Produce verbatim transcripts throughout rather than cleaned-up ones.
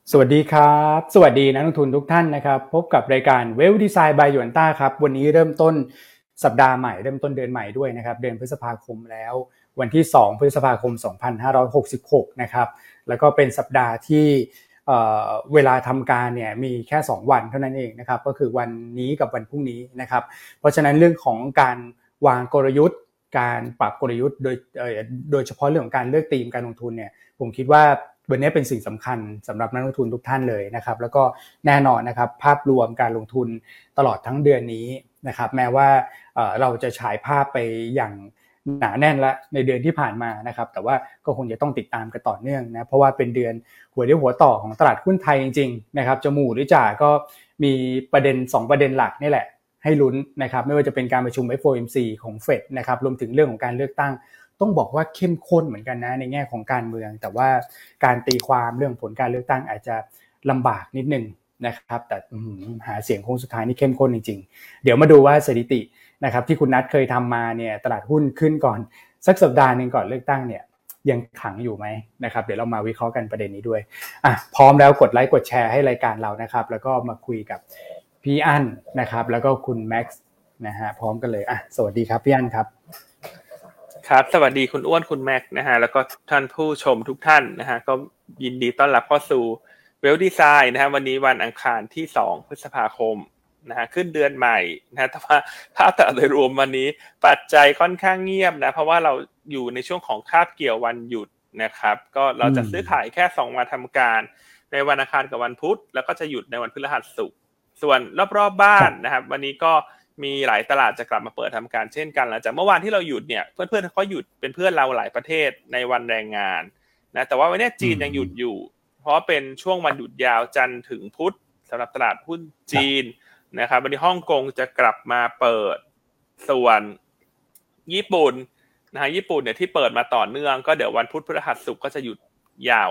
สวัสดีครับสวัสดีนักลงทุนทุกท่านนะครับพบกับรายการ Wealth Design by หยวนต้าครับวันนี้เริ่มต้นสัปดาห์ใหม่เริ่มต้นเดือนใหม่ด้วยนะครับเดือนพฤษภาคมแล้ววันที่สองพฤษภาคมสองพันห้าร้อยหกสิบหกนะครับแล้วก็เป็นสัปดาห์ที่เอ่อเวลาทำการเนี่ยมีแค่สองวันเท่านั้นเองนะครับก็คือวันนี้กับวันพรุ่งนี้นะครับเพราะฉะนั้นเรื่องของการวางกลยุทธ์การปรับกลยุทธ์โดยเอ่อโดยเฉพาะเรื่องของการเลือกธีมการลงทุนเนี่ยผมคิดว่าวันนี้เป็นสิ่งสำคัญสำหรับนักลงทุนทุกท่านเลยนะครับแล้วก็แน่นอนนะครับภาพรวมการลงทุนตลอดทั้งเดือนนี้นะครับแม้ว่าเอ่อเราจะฉายภาพไปอย่างหนาแน่นละในเดือนที่ผ่านมานะครับแต่ว่าก็คงจะต้องติดตามกันต่อเนื่องนะเพราะว่าเป็นเดือนหัวเรี่ยวหัวต่อของตลาดหุ้นไทยจริงๆนะครับจะหมู่หรือจ่าก็มีประเด็นสองประเด็นหลักนี่แหละให้ลุ้นนะครับไม่ว่าจะเป็นการประชุม เอฟ โอ เอ็ม ซี ของ เฟด นะครับรวมถึงเรื่องของการเลือกตั้งต้องบอกว่าเข้มข้นเหมือนกันนะในแง่ของการเมืองแต่ว่าการตีความเรื่องผลการเลือกตั้งอาจจะลำบากนิดนึงนะครับแต่หาเสียงโค้งสุดท้ายนี่เข้มข้นจริงๆเดี๋ยวมาดูว่าสถิตินะครับที่คุณนัทเคยทำมาเนี่ยตลาดหุ้นขึ้นก่อนสักสัปดาห์นึงก่อนเลือกตั้งเนี่ยยังขังอยู่ไหมนะครับเดี๋ยวเรามาวิเคราะห์กันประเด็นนี้ด้วยอ่ะพร้อมแล้วกดไลค์กดแชร์ให้รายการเรานะครับแล้วก็มาคุยกับพี่อั้นนะครับแล้วก็คุณแม็กซ์นะฮะพร้อมกันเลยอ่ะสวัสดีครับพี่อั้นครับครับสวัสดีคุณอ้วนคุณแม็กนะฮะแล้วก็ท่านผู้ชมทุกท่านนะฮะก็ยินดีต้อนรับเข้าสู่ Wealth Design นะฮะวันนี้วันอังคารที่สองพฤษภาคมนะฮะขึ้นเดือนใหม่นะแต่ว่าภาพตลาดโดยรวมวันนี้ปัจจัยค่อนข้างเงียบนะเพราะว่าเราอยู่ในช่วงของคาบเกี่ยววันหยุดนะครับก็เราจะซื้อขายแค่สองวันทำการในวันอังคารกับวันพุธแล้วก็จะหยุดในวันพฤหัสศุกร์ส่วนรอบๆบ้านนะครับวันนี้ก็มีหลายตลาดจะกลับมาเปิดทำการเช่นกันหลังจากเมื่อวานที่เราหยุดเนี่ยเพื่อนๆเขาหยุดเป็นเพื่อนเราหลายประเทศในวันแรงงานนะแต่ว่าวันนี้จีนยังหยุดอยู่เพราะเป็นช่วงวันหยุดยาวจันทร์ถึงพุธสำหรับตลาดหุ้นจีนนะครับวันนี้ฮ่องกงจะกลับมาเปิดส่วนญี่ปุ่นนะฮะญี่ปุ่นเนี่ยที่เปิดมาต่อเนื่องก็เดี๋ยววันพุธพฤหัสศุกร์ก็จะหยุดยาว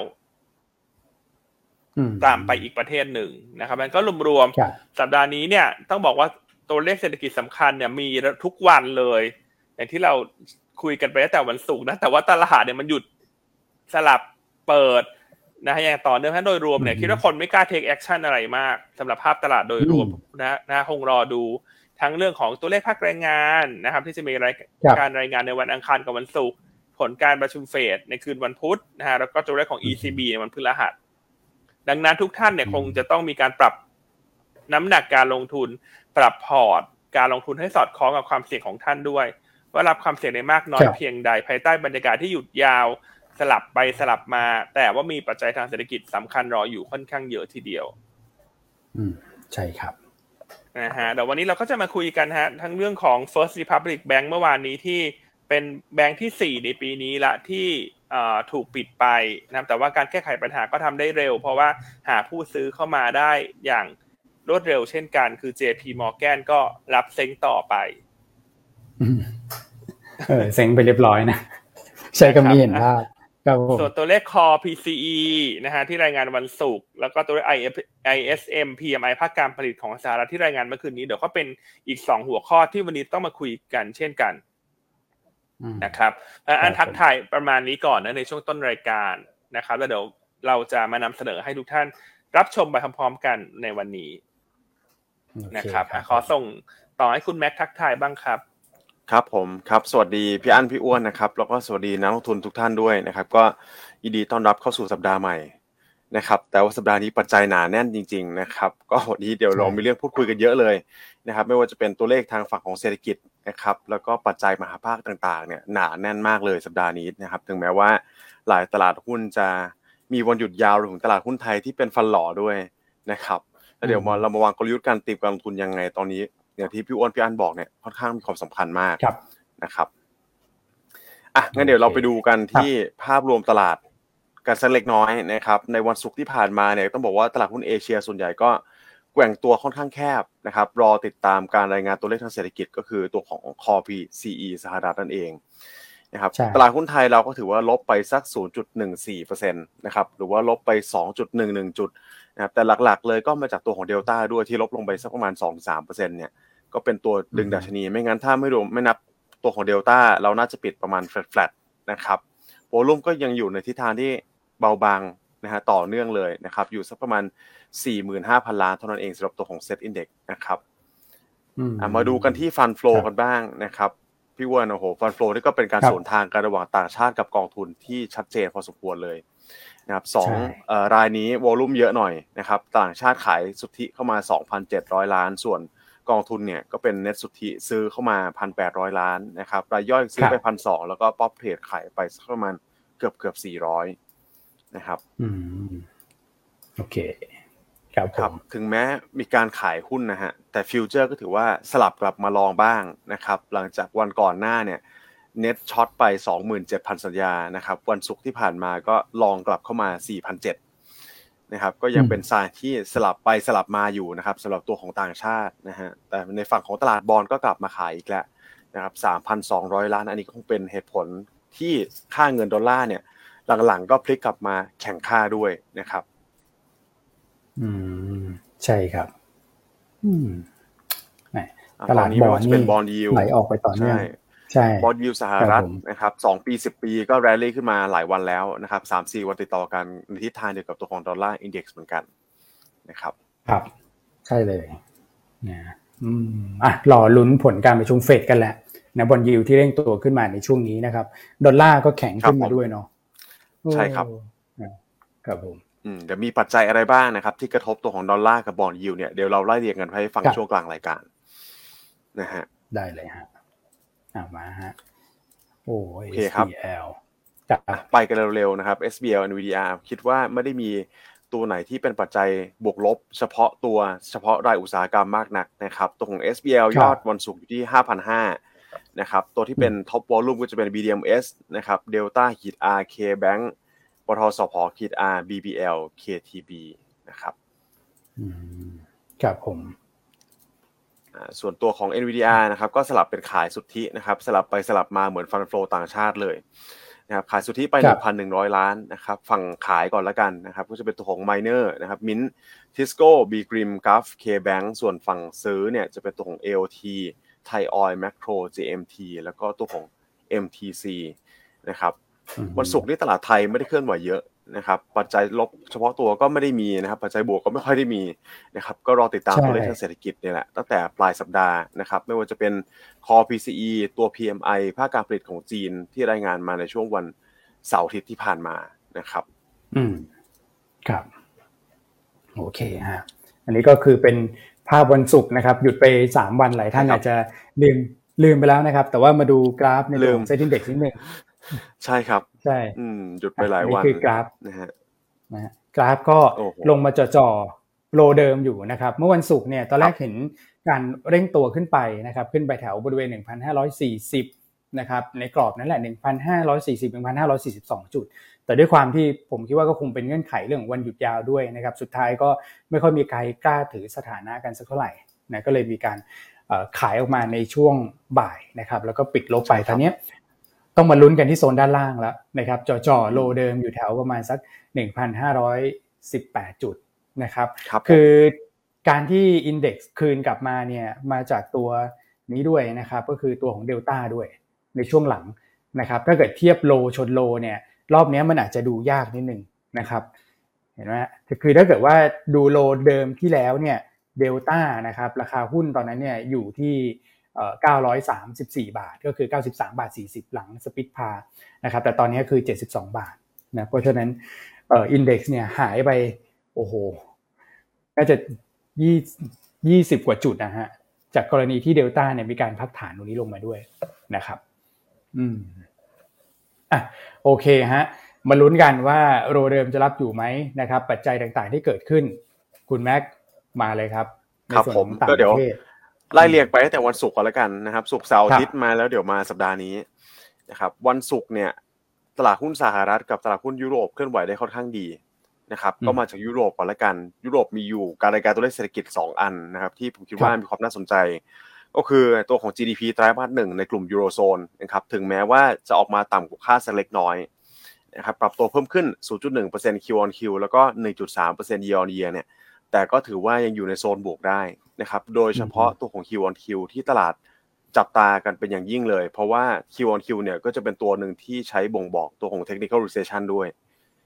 ตามไปอีกประเทศหนึ่งนะครับมันก็รวมๆสัปดาห์นี้เนี่ยต้องบอกว่าตัวเลขเศรษฐกิจสำคัญเนี่ยมีทุกวันเลยอย่างที่เราคุยกันไปตั้งแต่วันศุกร์นะแต่ว่าตลาดเนี่ยมันหยุดสลับเปิดนะฮะอย่างต่อเนื่องทั้งโดยรวมเนี่ยคิดว่าคนไม่กล้า take action อะไรมากสำหรับภาพตลาดโดยรวมนะนะคงรอดูทั้งเรื่องของตัวเลขภาคแรงงานนะครับที่จะมีรายการรายงานในวันอังคารกับวันศุกร์ผลการประชุมเฟดในคืนวันพุธนะฮะแล้วก็ตัวเลขของ อี ซี บี ในวันพฤหัสดังนั้นทุกท่านเนี่ยคงจะต้องมีการปรับน้ำหนักการลงทุนปรับพอร์ตการลงทุนให้สอดคล้องกับความเสี่ยงของท่านด้วยว่ารับความเสี่ยงได้มากน้อยเพียงใดภายใต้บรรยากาศที่หยุดยาวสลับไปสลับมาแต่ว่ามีปัจจัยทางเศรษฐกิจสำคัญรออยู่ค่อนข้างเยอะทีเดียวอืมใช่ครับนะฮะเดี๋ยววันนี้เราก็จะมาคุยกันฮะทั้งเรื่องของ First Republic Bank เมื่อวานนี้ที่เป็นแบงค์ที่สี่ในปีนี้ละที่ถูกปิดไปนะแต่ว่าการแก้ไขปัญหาก็ทำได้เร็วเพราะว่าหาผู้ซื้อเข้ามาได้อย่างรวดเร็วเช่นกันคือ เจ พี Morgan ก็รับเซ็งต่อไปเออเซ็งไปเรียบร้อยนะใช่ก็มีเห็นภาพส่วนตัวเลข Core พี ซี อี นะฮะที่รายงานวันศุกร์แล้วก็ตัวเลข ไอ เอส เอ็ม พี เอ็ม ไอ ภาคการผลิตของสหรัฐที่รายงานเมื่อคืนนี้เดี๋ยวก็เป็นอีกสองหัวข้อที่วันนี้ต้องมาคุยกันเช่นกันนะครับอันทักทายประมาณนี้ก่อนนะในช่วงต้นรายการนะครับแล้วเดี๋ยวเราจะมานำเสนอให้ทุกท่านรับชมไปพร้อมๆกันในวันนี้นะครับขอส่งต่อให้คุณแม็กทักทายบ้างครับครับผมครับสวัสดีพี่อั้นพี่อ้วนนะครับแล้วก็สวัสดีนักลงทุนทุกท่านด้วยนะครับก็ยินดีต้อนรับเข้าสู่สัปดาห์ใหม่นะครับแต่ว่าสัปดาห์นี้ปัจจัยหนาแน่นจริงๆนะครับก็วันนี้เดี๋ยวเรามีเรื่องพูดคุยกันเยอะเลยนะครับไม่ว่าจะเป็นตัวเลขทางฝั่งของเศรษฐกิจนะครับแล้วก็ปัจจัยมหาภาคต่างๆเนี่ยหนาแน่นมากเลยสัปดาห์นี้นะครับถึงแม้ว่าหลายตลาดหุ้นจะมีวันหยุดยาวรวมถึงตลาดหุ้นไทยที่เป็นฟันหล่อด้วยนะครับแล้วเดี๋ยวเรามาวางกลยุทธ์การเตรียมการลงทุนยังไงตอนนี้อย่างที่พี่อ้วนพี่อั้นบอกเนี่ยค่อนข้างมีความสำคัญมากนะครับอ่ะงั้นเดี๋ยวเราไปดูกันที่ภาพรวมตลาดกันสักเล็กน้อยนะครับในวันศุกร์ที่ผ่านมาเนี่ยต้องบอกว่าตลาดหุ้นเอเชียส่วนใหญ่ก็แกว่งตัวค่อนข้างแคบนะครับรอติดตามการรายงานตัวเลขทางเศรษฐกิจก็คือตัวของ Core พี ซี อี สหรัฐนั่นเองนะครับตลาดหุ้นไทยเราก็ถือว่าลบไปสัก ศูนย์จุดหนึ่งสี่เปอร์เซ็นต์ นะครับหรือว่าลบไป สองจุดหนึ่งหนึ่ง จุดนะครับแต่หลักๆเลยก็มาจากตัวของ Delta ด้วยที่ลบลงไปสักประมาณ สองถึงสามเปอร์เซ็นต์ เนี่ยก็เป็นตัวดึงดัชนีไม่งั้นถ้าไม่รวมไม่นับตัวของ Delta เราน่าจะปิดประมาณ flat ๆนะครับโวลุ่มก็ยังอยู่ในทิศทางที่เบาบางนะฮะต่อเนื่องเลยนะครับอยู่สักประมาณ สี่หมื่นห้าพัน ล้านเท่านั้นเองสำหรับตัวของ Set Index นะครับอ่ะมาดูกันที่ Fund Flow กันบ้างนะครับพี่อ้วนโอ้โห Fund Flow นี่ก็เป็นการสวนทางกันระหว่างต่างชาติกับกองทุนที่ชัดเจนพอสมควรเลยนะครับสองเอ่อรายนี้วอลุ่มเยอะหน่อยนะครับต่างชาติขายสุทธิเข้ามา สองพันเจ็ดร้อย ล้านส่วนกองทุนเนี่ยก็เป็นเน็ตสุทธิซื้อเข้ามา หนึ่งพันแปดร้อย ล้านนะครับรายย่อยซื้อไป หนึ่งพันสองร้อย แล้วก็ป๊อปเทรดขายไปสักประมาณเกือบเกือบสี่ร้อยนะครับอืมโอเคครับผมถึงแม้มีการขายหุ้นนะฮะแต่ฟิวเจอร์ก็ถือว่าสลับกลับมาลองบ้างนะครับหลังจากวันก่อนหน้าเนี่ยเน็ตช็อตไป สองหมื่นเจ็ดพัน สัญญานะครับวันศุกร์ที่ผ่านมาก็ลองกลับเข้ามา สี่พันเจ็ดร้อย นะครับก็ยังเป็นทรายที่สลับไปสลับมาอยู่นะครับสำหรับตัวของต่างชาตินะฮะแต่ในฝั่งของตลาดบอนด์ก็กลับมาขายอีกแล้วนะครับ สามพันสองร้อย ล้านอันนี้คงเป็นเหตุผลที่ค่าเงินดอลลาร์เนี่ยหลังๆก็พลิกกลับมาแข่งค่าด้วยนะครับอืมใช่ครับอืมตลาดนี้มันจะเป็นบอนด์ยิลด์ไหลออกไปต่อเนื่องใช่บอนด์ยิลด์สหรัฐนะครับสองปีสิบปีก็แรลลี่ขึ้นมาหลายวันแล้วนะครับ สามสี่ วันติดต่อกันในทิศทางเดียวกับตัวของดอลลาร์อินเด็กซ์เหมือนกันนะครับครับใช่เลยนะอืมอ่ะรอลุ้นผลการประชุมเฟดกันแหละนะบอนด์ยิลด์ที่เร่งตัวขึ้นมาในช่วงนี้นะครับดอลลาร์ก็แข็งขึ้นมาด้วยเนาะใช่ครับครับผมอืมเดี๋ยวมีปัจจัยอะไรบ้างนะครับที่กระทบตัวของดอลลาร์กับบอนด์ยิลด์เนี่ยเดี๋ยวเราไล่เรียงกันให้ฟังช่วงกลางรายการนะฮะได้เลยฮะอ่ะมาฮะโอ้ยโอเคครับเอส บี แอล จัดไปกันเร็วๆนะครับ เอส บี แอล เอ็น วี ดี อาร์ คิดว่าไม่ได้มีตัวไหนที่เป็นปัจจัยบวกลบเฉพาะตัวเฉพาะรายอุตสาหกรรมมากนักนะครับตัวของ เอส บี แอล ยอดวันศุกร์อยู่ที่ ห้าพันห้าร้อย นะครับตัวที่เป็นท็อปวอลลุ่มก็จะเป็น บี ดี เอ็ม เอส นะครับ Delta R K-Bank ปตท.สผ. R บี บี แอล เค ที บี นะครับอืมครับผมส่วนตัวของ เอ็น วี ดี อาร์ นะครับก็สลับเป็นขายสุทธินะครับสลับไปสลับมาเหมือนฟันโฟลต่างชาติเลยนะครับขายสุทธิไป หนึ่งพันหนึ่งร้อย ล้านนะครับฝั่งขายก่อนละกันนะครับก็จะเป็นตัวของ Miner นะครับ Mint Tisco B-Grim Gulf K-Bank ส่วนฝั่งซื้อเนี่ยจะเป็นตัวของ เอ โอ ที Thai Oil Macro เจ เอ็ม ที แล้วก็ตัวของ เอ็ม ที ซี นะครับวันศุกร์นี้ตลาดไทยไม่ได้เคลื่อนไหวเยอะนะครับปัจจัยลบเฉพาะตัวก็ไม่ได้มีนะครับปัจจัยบวกก็ไม่ค่อยได้มีนะครับก็รอติดตามตัวเลขทางเศรษฐกิจนี่แหละตั้งแต่ปลายสัปดาห์นะครับไม่ว่าจะเป็น Core พี ซี อี ตัว พี เอ็ม ไอ ภาคการผลิตของจีนที่รายงานมาในช่วงวันเสาร์อาทิตย์ที่ผ่านมานะครับอืมครับโอเคฮะอันนี้ก็คือเป็นภาพวันศุกร์นะครับหยุดไปสามวันหลายท่านอาจจะลืมลืมไปแล้วนะครับแต่ว่ามาดูกราฟในตัวของ Set Index นิดนึงใช่ครับใช่อืมหยุดไปหลายวันนี่คือกราฟนะฮะนะฮะกราฟก็ลงมาจ่อๆโลเดิมอยู่นะครับเมื่อวันศุกร์เนี่ยตอนแรกเห็นการเร่งตัวขึ้นไปนะครับขึ้นไปแถวบริเวณ หนึ่งพันห้าร้อยสี่สิบ นะครับในกรอบนั่นแหละ หนึ่งพันห้าร้อยสี่สิบ หนึ่งพันห้าร้อยสี่สิบสอง จุดแต่ด้วยความที่ผมคิดว่าก็คงเป็นเงื่อนไขเรื่องของวันหยุดยาวด้วยนะครับสุดท้ายก็ไม่ค่อยมีใครกล้าถือสถานะกันสักเท่าไหร่นะก็เลยมีการขายออกมาในช่วงบ่ายนะครับแล้วก็ปิดลบไปตอนนี้ต้องมาลุ้นกันที่โซนด้านล่างแล้วนะครับจ่อๆโลเดิมอยู่แถวประมาณสัก หนึ่งพันห้าร้อยสิบแปด จุดนะครับคือการที่ Index คืนกลับมาเนี่ยมาจากตัวนี้ด้วยนะครับก็คือตัวของ Delta ด้วยในช่วงหลังนะครับถ้าเกิดเทียบโลชนโลเนี่ยรอบนี้มันอาจจะดูยากนิดนึงนะครับเห็นไหมคือถ้าเกิดว่าดูโลเดิมที่แล้วเนี่ยเดลต้านะครับราคาหุ้นตอนนั้นเนี่ยอยู่ที่เก้าร้อยสามสิบสี่บาทก็คือเก้าสิบสามบาทสี่สิบหลังสปิทพานะครับแต่ตอนนี้คือเจ็ดสิบสองบาทนะเพราะฉะนั้นเอ่ออินเด็กซ์เนี่ยหายไปโอ้โหน่าจะยี่ยี่สิบกว่าจุดนะฮะจากกรณีที่เดลต้าเนี่ยมีการพักฐานตรงนี้ลงมาด้วยนะครับอืมอ่ะโอเคฮะมาลุ้นกันว่าโรเดิมจะรับอยู่ไหมนะครับปัจจัยต่างๆที่เกิดขึ้นคุณแม็กมาเลยครับครับผมก็เดี๋ยวไล่เรียงไปตั้งแต่วันศุกร์ก่อนแล้วกันนะครับศุกร์เสาร์อาทิตย์มาแล้วเดี๋ยวมาสัปดาห์นี้นะครับวันศุกร์เนี่ยตลาดหุ้นสหรัฐกับตลาดหุ้นยุโรปเคลื่อนไหวได้ค่อนข้างดีนะครับก็มาจากยุโรปก่อนแล้วกันยุโรปมีอยู่การรายการตัวเลขเศรษฐกิจสองอันนะครับที่ผมคิดว่ามีความน่าสนใจก็คือตัวของ จี ดี พี ไตรมาสหนึ่งในกลุ่มยูโรโซนนะครับถึงแม้ว่าจะออกมาต่ำกว่าคาดสักเล็กน้อยนะครับปรับตัวเพิ่มขึ้น ศูนย์จุดหนึ่งเปอร์เซ็นต์ Q on Q แล้วก็ หนึ่งจุดสามเปอร์เซ็นต์ Year on Year เนี่ยแต่ก็ถือว่ายังอยู่ในโซนบวกได้นะครับโดยเฉพาะตัวของ Q on Q ที่ตลาดจับตากันเป็นอย่างยิ่งเลยเพราะว่า Q on Q เนี่ยก็จะเป็นตัวหนึ่งที่ใช้บ่งบอกตัวของ Technical Recession ด้วย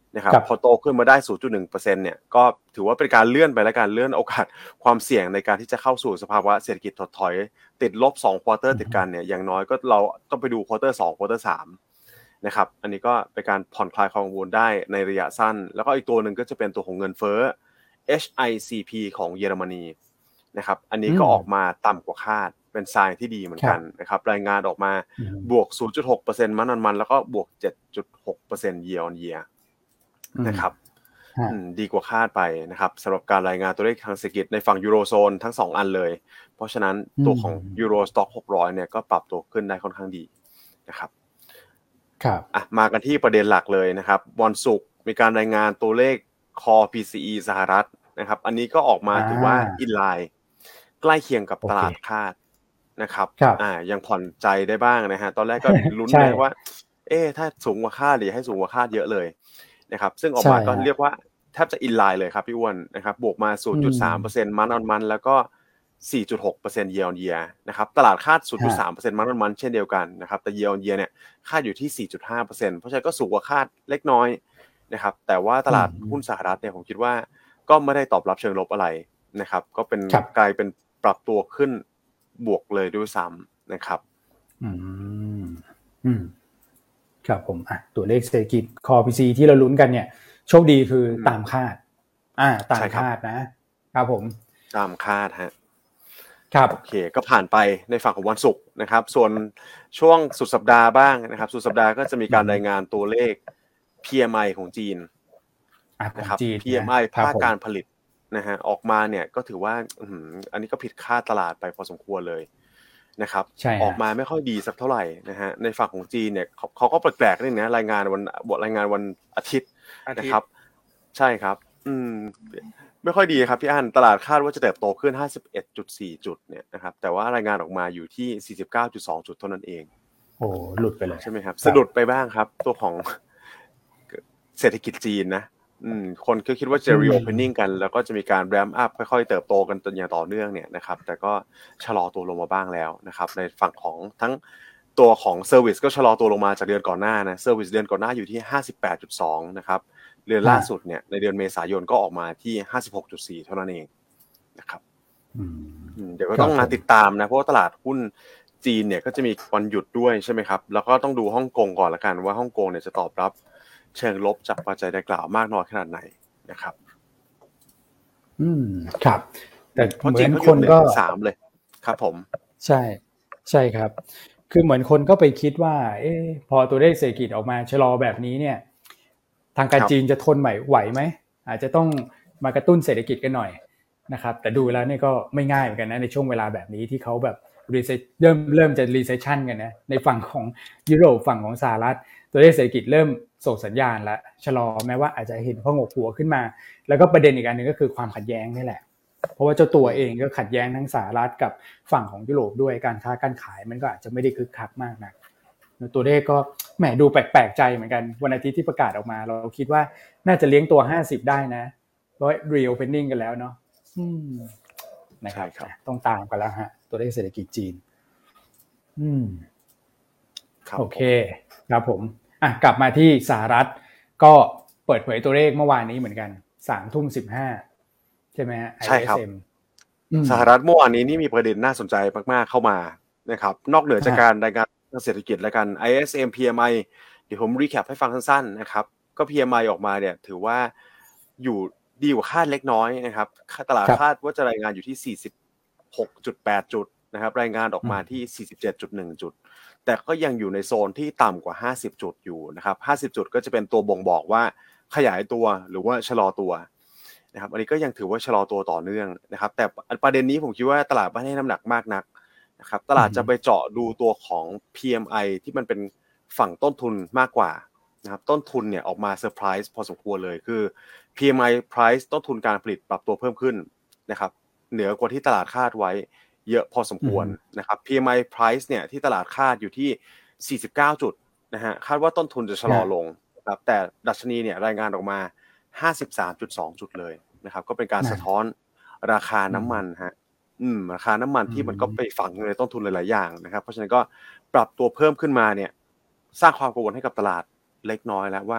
นะครับพอโตขึ้นมาได้ ศูนย์จุดหนึ่งเปอร์เซ็นต์ เนี่ยก็ถือว่าเป็นการเลื่อนไปและการเลื่อนโอกาสความเสี่ยงในการที่จะเข้าสู่สภาวะเศรษฐกิจถดถอยติดลบสองควอเตอร์ติดกันเนี่ยอย่างน้อยก็เราต้องไปดูควอเตอร์สองควอเตอร์สามนะครับอันนี้ก็เป็นการผ่อนคลายความกังวลได้ในระยะสั้นแล้วก็อีกตัวหนึ่งก็จะเป็นตัวของเงินเฟ้อ เอช ไอ ซี พี ของเยอรมนีนะครับอันนี้ก็ออกมาต่ำกว่าคาดเป็นไซน์ที่ดีเหมือนกันนะครับรายงานออกมาบวก ศูนย์จุดหกเปอร์เซ็นต์ มันมันแล้วก็บวก เจ็ดจุดหกเปอร์เซ็นต์ year on year นะครับดีกว่าคาดไปนะครับสำหรับการรายงานตัวเลขทางเศรษฐกิจในฝั่งยูโรโซนทั้งสองอันเลยเพราะฉะนั้นตัวของยูโรสต็อกหกร้อยเนี่ยก็ปรับตัวขึ้นได้ค่อนข้างดีนะครับครับอ่ะมากันที่ประเด็นหลักเลยนะครับวันศุกร์มีการรายงานตัวเลข Core พี ซี อี สหรัฐนะครับอันนี้ก็ออกมาถือว่าอินไลน์ใกล้เคียงกับตลาดคาดนะครับอ่ายังผ่อนใจได้บ้างนะฮะตอนแรกก็ลุ้นเลยว่าเอ๊ะถ้าสูงกว่าคาดหรือให้สูงกว่าคาดเยอะเลยนะครับซึ่งออกมาก็เรียกว่าแทบจะอินไลน์เลยครับพี่อ้วนนะครับบวกมา ศูนย์จุดสามเปอร์เซ็นต์ มันออนมันแล้วก็ สี่จุดหกเปอร์เซ็นต์ year on year นะครับตลาดคาด ศูนย์จุดสามเปอร์เซ็นต์ มันออนมันเช่นเดียวกันนะครับแต่ year on year เนี่ยคาดอยู่ที่ สี่จุดห้าเปอร์เซ็นต์ เพราะฉะนั้นก็สูงกว่าคาดเล็กน้อยนะครับแต่ว่าตลาดหุ้นสหรัฐเนี่ยผมคิดว่าก็ไม่ได้ตอบรับเชิงลบอะไรนะครับก็เป็นกลายเป็นปรับตัวขึ้นบวกเลยด้วยซ้ำนะครับอืมอืมครับผมอ่ะตัวเลขเศรษฐกิจ Core พี ซี ที่เราลุ้นกันเนี่ยโชคดีคือตามคาดอ่าตามคาดนะครับผมตามคาดฮะครับโอเคก็ผ่านไปในฝั่งของวันศุกร์นะครับส่วนช่วงสุดสัปดาห์บ้างนะครับสุดสัปดาห์ก็จะมีการรายงานตัวเลข พี เอ็ม ไอ ของจีนนะครับ พี เอ็ม ไอ ภาคการผลิตนะฮะออกมาเนี่ยก็ถือว่าอันนี้ก็ผิดคาดตลาดไปพอสมควรเลยนะครับออกมาไม่ค่อยดีสักเท่าไหร่นะฮะในฝั่งของจีนเนี่ยเขาก็แปลกๆนิดนึงนะรายงานวันบทรายงานวันอาทิตย์นะครับใช่ครับอืมไม่ค่อยดีครับพี่อั้นตลาดคาดว่าจะเติบโตขึ้น ห้าสิบเอ็ดจุดสี่ จุดเนี่ยนะครับแต่ว่ารายงานออกมาอยู่ที่ สี่สิบเก้าจุดสอง จุดเท่านั้นเองโอ้หลุดไปเลยใช่ไหมครับสะดุดไปบ้างครับตัวของเศรษฐกิจจีนนะอืมคนก็คิดว่าจะ reopening กันแล้วก็จะมีการ ramp up ค่อยๆเติบโตกันอย่างต่อเนื่องเนี่ยนะครับแต่ก็ชะลอตัวลงมาบ้างแล้วนะครับในฝั่งของทั้งตัวของ service ก็ชะลอตัวลงมาจากเดือนก่อนหน้านะ service เดือนก่อนหน้าอยู่ที่ ห้าสิบแปดจุดสอง นะครับเดือนล่าสุดเนี่ยในเดือนเมษายนก็ออกมาที่ ห้าสิบหกจุดสี่ เท่านั้นเองนะครับอืมเดี๋ยวก็ต้องมาติดตามนะเพราะว่าตลาดหุ้นจีนเนี่ยก็จะมีวันหยุดด้วยใช่ไหมครับแล้วก็ต้องดูฮ่องกงก่อนละกันว่าฮ่องกงเนี่ยจะตอบรับเชิงลบจากปัจจัยดังกล่าวมากน้อยขนาดไหนนะครับอืมครับแต่เหมือนคนก็สามเลยครับผมใช่ใช่ครับคือเหมือนคนก็ไปคิดว่าเอ๊ะพอตัวเลขเศรษฐกิจออกมาชะลอแบบนี้เนี่ยทางการจีนจะทนไหวไหมอาจจะต้องมากระตุ้นเศรษฐกิจกันหน่อยนะครับแต่ดูแล้วนี่ก็ไม่ง่ายเหมือนกันนะในช่วงเวลาแบบนี้ที่เขาแบบรีเซเริ่มเริ่มจะรีเซสชั่นกันนะในฝั่งของยุโรปฝั่งของสหรัฐตัวเลขเศรษฐกิจเริ่มส่งสัญญาณแล้วชะลอแม้ว่าอาจจะเห็นพองกหัวขึ้นมาแล้วก็ประเด็นอีกอันนึงก็คือความขัดแย้งนี่แหละเพราะว่าเจ้าตัวเองก็ขัดแย้งทั้งสหรัฐกับฝั่งของยุโรปด้วยการค้าการขายมันก็อาจจะไม่ได้คึกคักมากนักตัวเลขก็แหมดูแปลกๆใจเหมือนกันวันอาทิตย์ที่ประกาศออกมาเราคิดว่าน่าจะเลี้ยงตัวห้าสิบได้นะเพราะ reopening กันแล้วเนาะอืมนะครับต้องตามกันแล้วฮะตัวเลขเศรษฐกิจจีนอืมโอเคครับผมอ่ะกลับมาที่สหรัฐก็เปิดเผยตัวเลขเมื่อวานนี้เหมือนกัน สามทุ่มสิบห้า ใช่ไหมฮะใช่ครับสหรัฐเมื่อวานนี้นี่มีประเด็นน่าสนใจมากๆเข้ามานะครับนอกเหนือจากการรายงานเศรษฐกิจและกัน ไอ เอส เอ็ม พี เอ็ม ไอ เดี๋ยวผมรีแคปให้ฟังสั้นๆนะครับก็ พี เอ็ม ไอ ออกมาเนี่ยถือว่าอยู่ดีกว่าคาดเล็กน้อยนะครับตลาดคาดว่าจะรายงานอยู่ที่ สี่สิบหกจุดแปด จุดนะครับรายงานออกมาที่ สี่สิบเจ็ดจุดหนึ่ง จุดแต่ก็ยังอยู่ในโซนที่ต่ำกว่าห้าสิบจุดอยู่นะครับห้าสิบจุดก็จะเป็นตัวบ่งบอกว่าขยายตัวหรือว่าชะลอตัวนะครับอันนี้ก็ยังถือว่าชะลอตัวต่อเนื่องนะครับแต่ประเด็นนี้ผมคิดว่าตลาดไม่ให้น้ำหนักมากนักนะครับตลาดจะไปเจาะดูตัวของ พี เอ็ม ไอ ที่มันเป็นฝั่งต้นทุนมากกว่านะครับต้นทุนเนี่ยออกมาเซอร์ไพรส์พอสมควรเลยคือ พี เอ็ม ไอ price ต้นทุนการผลิตปรับตัวเพิ่มขึ้นนะครับเหนือกว่าที่ตลาดคาดไว้เยอะพอสมควรนะครับ พี เอ็ม ไอ price เนี่ยที่ตลาดคาดอยู่ที่สี่สิบเก้าจุดนะฮะคาดว่าต้นทุนจะชะลอลงนะครับแต่ดัชนีเนี่ยรายงานออกมา ห้าสิบสามจุดสอง จุดเลยนะครับก็เป็นการสะท้อนราคาน้ำมันฮะอืมราคาน้ำมันที่มันก็ไปฝังอยู่ในต้นทุนหลายๆอย่างนะครับเพราะฉะนั้นก็ปรับตัวเพิ่มขึ้นมาเนี่ยสร้างความกังวลให้กับตลาดเล็กน้อยแล้วว่าอ่ะ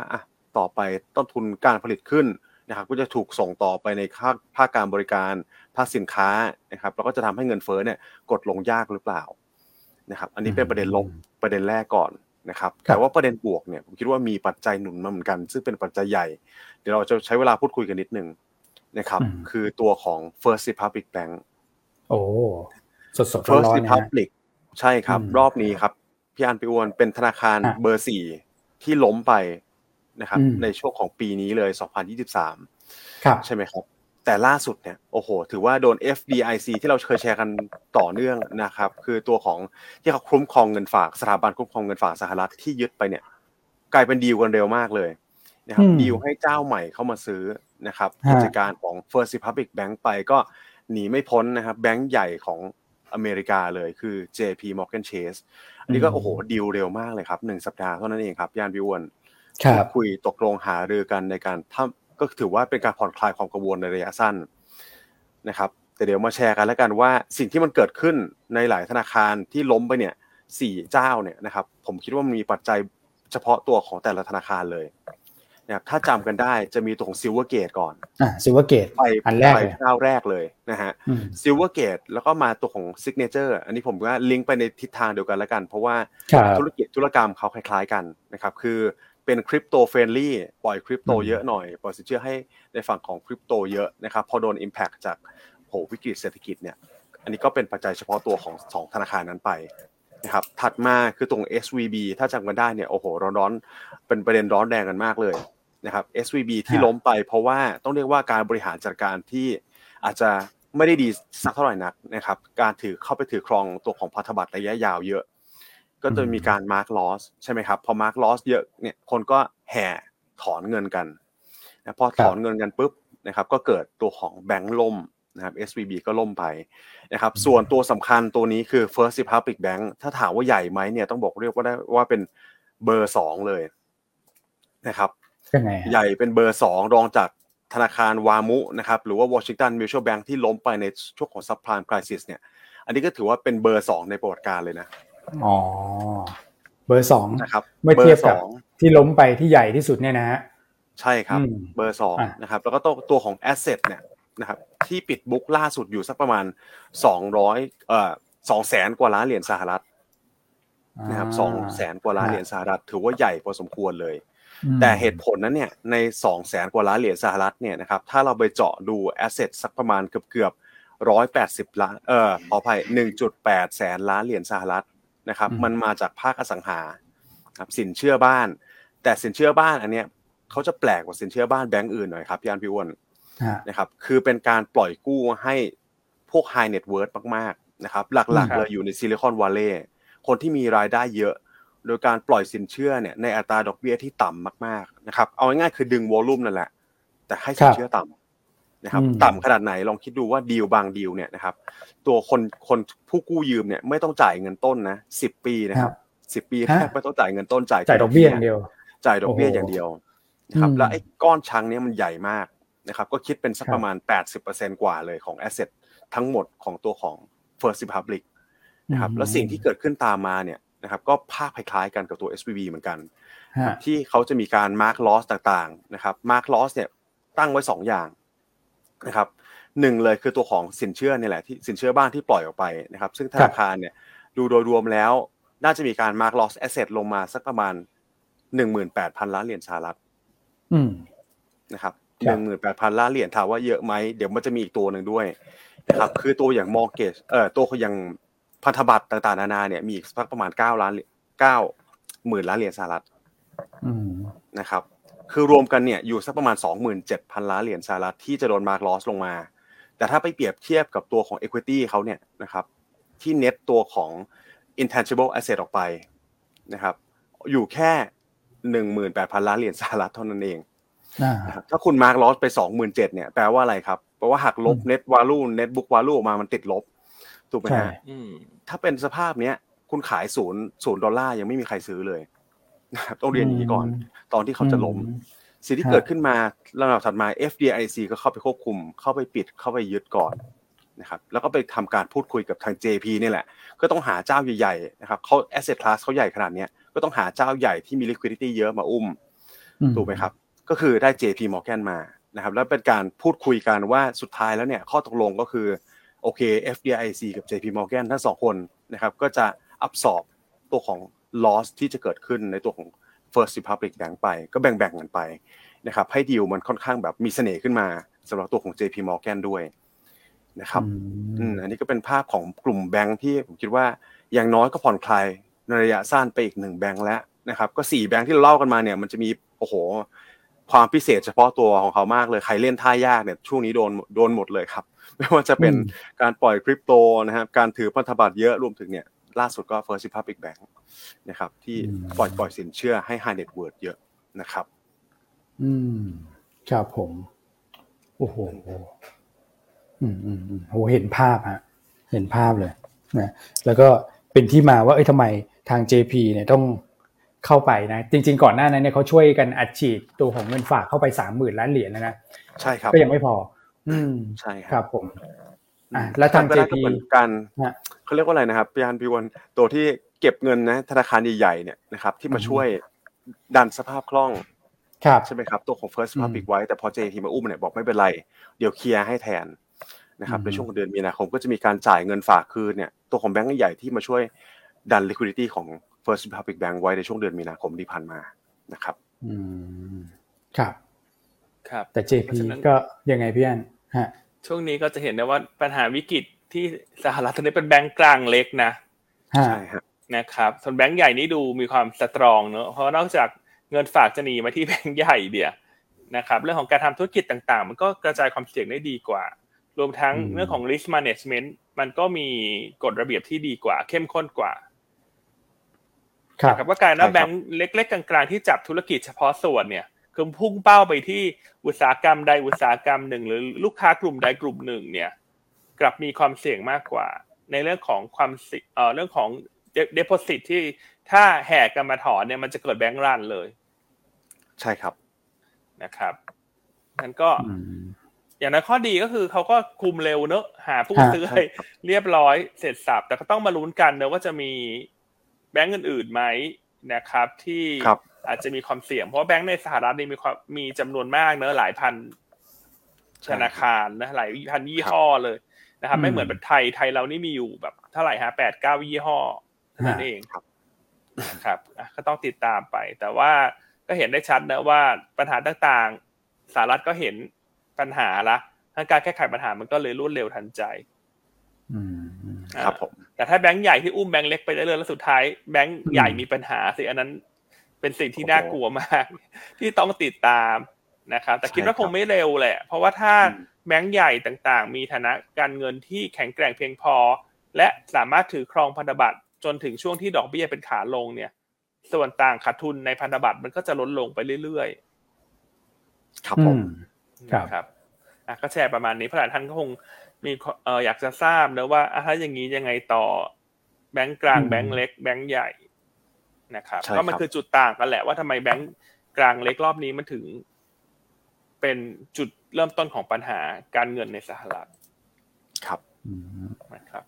ต่อไปต้นทุนการผลิตขึ้นนะครับก็จะถูกส่งต่อไปในภาคภาคการบริการภาคสินค้านะครับแล้วก็จะทำให้เงินเฟ้อเนี่ยกดลงยากหรือเปล่านะครับอันนี้เป็นประเด็นลบประเด็นแรกก่อนนะครับแต่ว่าประเด็นบวกเนี่ยผมคิดว่ามีปัจจัยหนุนมาเหมือนกันซึ่งเป็นปัจจัยใหญ่เดี๋ยวเราจะใช้เวลาพูดคุยกันนิดนึงนะครับคือตัวของ First Republic Bank โอ้สดๆร้ First อนๆ Republic ใช่ครับรอบนี้ครับพี่อันพี่อ้วนเป็นธนาคารเบอร์สี่ที่ล้มไปนะครับในช่วงของปีนี้เลยสองพันยี่สิบสามครับใช่ไหมครับแต่ล่าสุดเนี่ยโอ้โหถือว่าโดน เอฟ ดี ไอ ซี ที่เราเคยแชร์กันต่อเนื่องนะครับคือตัวของที่เขาคุ้มครองเงินฝากสถาบันคุ้มครองเงินฝากสหรัฐที่ยึดไปเนี่ยกลายเป็นดีลกันเร็วมากเลยนะครับดีลให้เจ้าใหม่เข้ามาซื้อนะครับกิจการของ First Republic Bank ไปก็หนีไม่พ้นนะครับแบงก์ใหญ่ของอเมริกาเลยคือ เจ พี Morgan Chase อันนี้ก็โอ้โหดีลเร็วมากเลยครับหนึ่งสัปดาห์เท่านั้นเองครับย่านพี่อ้วนคุยตกลงหารือกันในการทำก็ถือว่าเป็นการผ่อนคลายความกังวลในระยะสั้นนะครับแต่เดี๋ยวมาแชร์กันแล้วกันว่าสิ่งที่มันเกิดขึ้นในหลายธนาคารที่ล้มไปเนี่ยสี่เจ้าเนี่ยนะครับผมคิดว่ามันมีปัจจัยเฉพาะตัวของแต่ละธนาคารเลยนะครับถ้าจำกันได้จะมีตัวของ Silvergate ก่อนอ่า Silvergate ไปอันแรกไปเลยเจ้าแรกเลยนะฮะ Silvergate แล้วก็มาตัวของ Signature อันนี้ผมว่าลิงก์ไปในทิศทางเดียวกันแล้วกันเพราะว่าธุรกิจธุรกรรมเขาคล้ายๆกันนะครับคือเป็นคริปโตเฟรนลี่ปล่อยคริปโตเยอะหน่อยปล่อยสินเชื่อให้ในฝั่งของคริปโตเยอะนะครับพอโดน impact จากโหวิกฤตเศรษฐกิจเนี่ยอันนี้ก็เป็นปัจจัยเฉพาะตัวของสองธนาคารนั้นไปนะครับถัดมาคือตรง เอส วี บี ถ้าจำกันได้เนี่ยโอ้โหร้อนๆเป็นประเด็นร้อนแรงกันมากเลยนะครับ เอส วี บี ที่ล้มไปเพราะว่าต้องเรียกว่าการบริหารจัดการที่อาจจะไม่ได้ดีสักเท่าไหร่นักนะครับการถือเข้าไปถือครองตัวของพันธบัตรระยะยาวเยอะก็จะมีการ mark loss ใช่ไหมครับพอ mark loss เยอะเนี่ยคนก็แห่ถอนเงินกันนะพอถอนเงินกันปุ๊บนะครับก็เกิดตัวของแบงก์ล่มนะครับ เอส วี บี ก็ล่มไปนะครับส่วนตัวสำคัญตัวนี้คือ First Republic Bank ถ้าถามว่าใหญ่ไหมเนี่ยต้องบอกเรียกว่าได้ว่าเป็นเบอร์สองเลยนะครับใหญ่เป็นเบอร์สองรองจากธนาคารวามุนะครับหรือว่า Washington Mutual Bank ที่ล้มไปในช่วงของ Subprime Crisis เนี่ยอันนี้ก็ถือว่าเป็นเบอร์สองในประวัติการเลยนะอ๋อเบอร์สองนะครับเมื่อเทียบกับที่ล้มไปที่ใหญ่ที่สุดเนี่ยนะฮะใช่ครับเบอร์สองนะครับแล้วก็ตัวตัวของ Asset เนี่ยนะครับที่ปิดบุ๊กล่าสุดอยู่สักประมาณสองร้อยเอ่อ สองแสน กว่าล้านเหรียญสหรัฐนะครับ สองแสน กว่าล้านเหรียญสหรัฐถือว่าใหญ่พอสมควรเลยแต่เหตุผลนั้นเนี่ยใน สองแสน กว่าล้านเหรียญสหรัฐเนี่ยนะครับถ้าเราไปเจาะดู Asset สักประมาณเกือบๆหนึ่งร้อยแปดสิบล้านเอ่อขออภัย หนึ่งจุดแปด แสนล้านเหรียญสหรัฐนะครับมันมาจากภาคอสังหาครับสินเชื่อบ้านแต่สินเชื่อบ้านอันเนี้ยเขาจะแปลกกว่าสินเชื่อบ้านแบงก์อื่นหน่อยครับพี่อันพี่อ้วนนะครับคือเป็นการปล่อยกู้ให้พวก high net worth มากๆนะครับหลักๆเลยอยู่ในซิลิคอนวัลเลย์คนที่มีรายได้เยอะโดยการปล่อยสินเชื่อเนี่ยในอัตราดอกเบี้ยที่ต่ำมากๆนะครับเอาง่ายๆคือดึงวอลลุ่มนั่นแหละแต่ให้สินเชื่อต่ำนะครับต่ำขนาดไหนลองคิดดูว่าดีลบางดีลเนี่ยนะครับตัวคนคนผู้กู้ยืมเนี่ยไม่ต้องจ่ายเงินต้นนะสิบปีนะครับสิบปีแรกไม่ต้องจ่ายเงินต้นจ่ายจ่ายดอกเบี้ยอย่างเดียวจ่ายดอกเบี้ยอย่างเดียวนะครับแล้วไอ้ก้อนชังเนี้ยมันใหญ่มากนะครับก็คิดเป็นสักประมาณ แปดสิบเปอร์เซ็นต์ กว่าเลยของ asset ทั้งหมดของตัวของ First Republic นะครับแล้วสิ่งที่เกิดขึ้นตามมาเนี่ยนะครับก็ภาพคล้ายๆกันกับตัว เอส วี บี เหมือนกันที่เขาจะมีการ mark loss ต่างๆนะครับ mark loss เนี่ยตั้งไว้สองอย่างนะครับหนึ่งเลยคือตัวของสินเชื่อนี่แหละที่สินเชื่อบ้านที่ปล่อยออกไปนะครับซึ่งธนาคารเนี่ยดูโดยรวมแล้วน่าจะมีการ mark loss asset ลงมาสักประมาณ หนึ่งหมื่นแปดพัน ล้านเหรียญสหรัฐนะครับ หนึ่งหมื่นแปดพัน ล้านเหรียญถามว่าเยอะไหมเดี๋ยวมันจะมีอีกตัวนึงด้วยนะครับคือตัวอย่าง mortgage เอ่อตัวอย่างพันธบัตรต่างๆนานาเนี่ยมีอีกสักประมาณเก้าล้านเก้าหมื่นล้านเหรียญสหรัฐนะครับคือรวมกันเนี่ยอยู่สักประมาณ สองหมื่นเจ็ดพัน ล้านเหรียญสหรัฐที่จะโดน mark loss ลงมาแต่ถ้าไปเปรียบเทียบกับตัวของ equity เขาเนี่ยนะครับที่ net ตัวของ intangible asset ออกไปนะครับอยู่แค่ หนึ่งหมื่นแปดพัน ล้านเหรียญสหรัฐเท่านั้นเองนะครับถ้าคุณ mark loss ไป สองหมื่นเจ็ดพัน เนี่ยแปลว่าอะไรครับแปลว่าหักลบ net value net book value ออกมามันติดลบถูกไหมฮะถ้าเป็นสภาพเนี้ยคุณขายศูนย์ศูนย์ดอลลาร์ยังไม่มีใครซื้อเลยต้องเรียนอย่างนี้ก่อนตอนที่เขาจะล้มสิ่งที่เกิดขึ้นมาลำดับถัดมา เอฟ ดี ไอ ซี ก็เข้าไปควบคุมเข้าไปปิดเข้าไปยึดก่อนนะครับแล้วก็ไปทำการพูดคุยกับทาง เจ พี นี่แหละก็ต้องหาเจ้าใหญ่ๆนะครับเขา asset class เขาใหญ่ขนาดนี้ก็ต้องหาเจ้าใหญ่ที่มี liquidity เยอะมาอุ้มถูกไหมครับก็คือได้ เจ พี Morgan มานะครับแล้วเป็นการพูดคุยกันว่าสุดท้ายแล้วเนี่ยข้อตกลงก็คือโอเค เอฟ ดี ไอ ซี กับ เจ พี Morgan ทั้งสองคนนะครับก็จะอับซอร์บตัวของ loss ที่จะเกิดขึ้นในตัวของ First Republic Bank ไปก็แบ่งๆกันไปนะครับให้ดีลมันค่อนข้างแบบมีเสน่ห์ขึ้นมาสำหรับตัวของ เจ พี Morgan ด้วยนะครับอืมอันนี้ก็เป็นภาพของกลุ่มแบงค์ที่ผมคิดว่าอย่างน้อยก็ผ่อนคลายในระยะสั้นไปอีกหนึ่งแบงค์แล้วนะครับก็สี่แบงค์ที่เราเล่ากันมาเนี่ยมันจะมีโอ้โหความพิเศษเฉพาะตัวของเขามากเลยใครเล่นท่ายากเนี่ยช่วงนี้โดนโดนหมดเลยครับไม่ว่าจะเป็นการปล่อยคริปโตนะครับการถือพันธบัตรเยอะรวมถึงเนี่ยล่าสุดก็ First Republic Bank นะครับที่ปล่อยปล่อยสินเชื่อให้ High Net Worth เยอะนะครับอืมครับผมโอ้โหอืมอืมอืมโหเห็นภาพฮะเห็นภาพเลยนะแล้วก็เป็นที่มาว่าเอ้ยทำไมทาง เจ พี เนี่ยต้องเข้าไปนะจริงๆก่อนหน้านั้นเนี่ยเขาช่วยกันอัดฉีดตัวของเงินฝากเข้าไป สามหมื่น ล้านเหรียญแล้วนะใช่ครับก็ยังไม่พออืมใช่ครับผมอ่ะแล้วทาง เจ พีเหมือนกันเขาเรียกว่าอะไรนะครับพี่อันพี่วันตัวที่เก็บเงินนะธนาคารใหญ่ๆเนี่ยนะครับที่มาช่วยดันสภาพคล่องใช่ไหมครับตัวของ First Republic ไว้แต่พอ เจ พี มาอุ้มเนี่ยบอกไม่เป็นไรเดี๋ยวเคลียร์ให้แทนนะครับในช่วงเดือนมีนาคมก็จะมีการจ่ายเงินฝากคืนเนี่ยตัวของแบงก์ใหญ่ที่มาช่วยดัน liquidity ของ First Republic Bank ไว้ในช่วงเดือนมีนาคมที่ผ่านมานะครับอืมครับครับแต่ เจ พี ก็ยังไงพี่อันฮะช่วงนี้ก็จะเห็นได้ว่าปัญหาวิกฤตที่สหรัฐตอนนี้เป็นแบงก์กลางเล็กนะใช่ครับนะครับส่วนแบงก์ใหญ่นี่ดูมีความสตรองเนอะเพราะนอกจากเงินฝากจะหนีมาที่แบงก์ใหญ่เดียวนะครับเรื่องของการทำธุรกิจต่างๆมันก็กระจายความเสี่ยงได้ดีกว่ารวมทั้งเรื่องของ risk management มันก็มีกฎระเบียบที่ดีกว่าเข้มข้นกว่าครับว่าการว่าแบงก์เล็กๆกลางๆที่จับธุรกิจเฉพาะส่วนเนี่ยคือพุ่งเป้าไปที่อุตสาหกรรมใดอุตสาหกรรมหนึ่งหรือลูกค้ากลุ่มใดกลุ่มหนึ่งเนี่ยกลับมีความเสี่ยงมากกว่าในเรื่องของความเอ่อเรื่องของ deposit ที่ถ้าแห่กันมาถอนเนี่ยมันจะเกิดแบงก์รันเลยใช่ครับนะครับนั้นก็อย่างนั้นข้อดีก็คือเขาก็คุมเร็วเนอะหาผู้ซื้อให้เรียบร้อยเสร็จสับแต่ก็ต้องมาลุ้นกันเนอะว่าจะมีแบงก์อื่นๆไหมนะครับที่อาจจะมีความเสี่ยงเพราะแบงก์ในสหรัฐนี่มีความมีจำนวนมากเนอะหลายพันธนาคารนะหลายพันยี่ห้อเลยนะครับไม่เหมือนแบบไทยไทยเรานี่มีอยู่แบบเท่าไหร่ฮะแปดเก้ายี่ห้อนั่นเองครับก็ต้องติดตามไปแต่ว่าก็เห็นได้ชัดนะว่าปัญหาต่างๆสหรัฐก็เห็นปัญหาละทั้งการแก้ไขปัญหามันก็เลยรวดเร็วทันใจครับผมแต่ถ้าแบงก์ใหญ่ที่อุ้มแบงก์เล็กไปเรื่อยๆแล้วสุดท้ายแบงก์ใหญ่มีปัญหาสิอันนั้นเป็นสิ่งที่น่ากลัวมากที่ต้องติดตามนะครับแต่คิดว่าคงไม่เร็วแหละเพราะว่าถ้าแบงก์ใหญ่ต่างๆมีฐานะการเงินที่แข็งแกร่งเพียงพอและสามารถถือครองพันธบัตรจนถึงช่วงที่ดอกเบี้ยเป็นขาลงเนี่ยส่วนต่างขาดทุนในพันธบัตรมันก็จะลดลงไปเรื่อยๆครับผมครับอ่ะก็แชร์ประมาณนี้เพราะหลายท่านก็คงมีเอ่ออยากจะทราบนะว่าถ้าอย่างนี้ยังไงต่อแบงก์กลางแบงก์เล็กแบงก์ใหญ่นะครับก็มันคือจุดต่างกันแหละว่าทำไมแบงก์กลางเล็กรอบนี้มันถึงเป็นจุดเริ่มต้นของปัญหาการเงินในสหรัฐครับนะครับ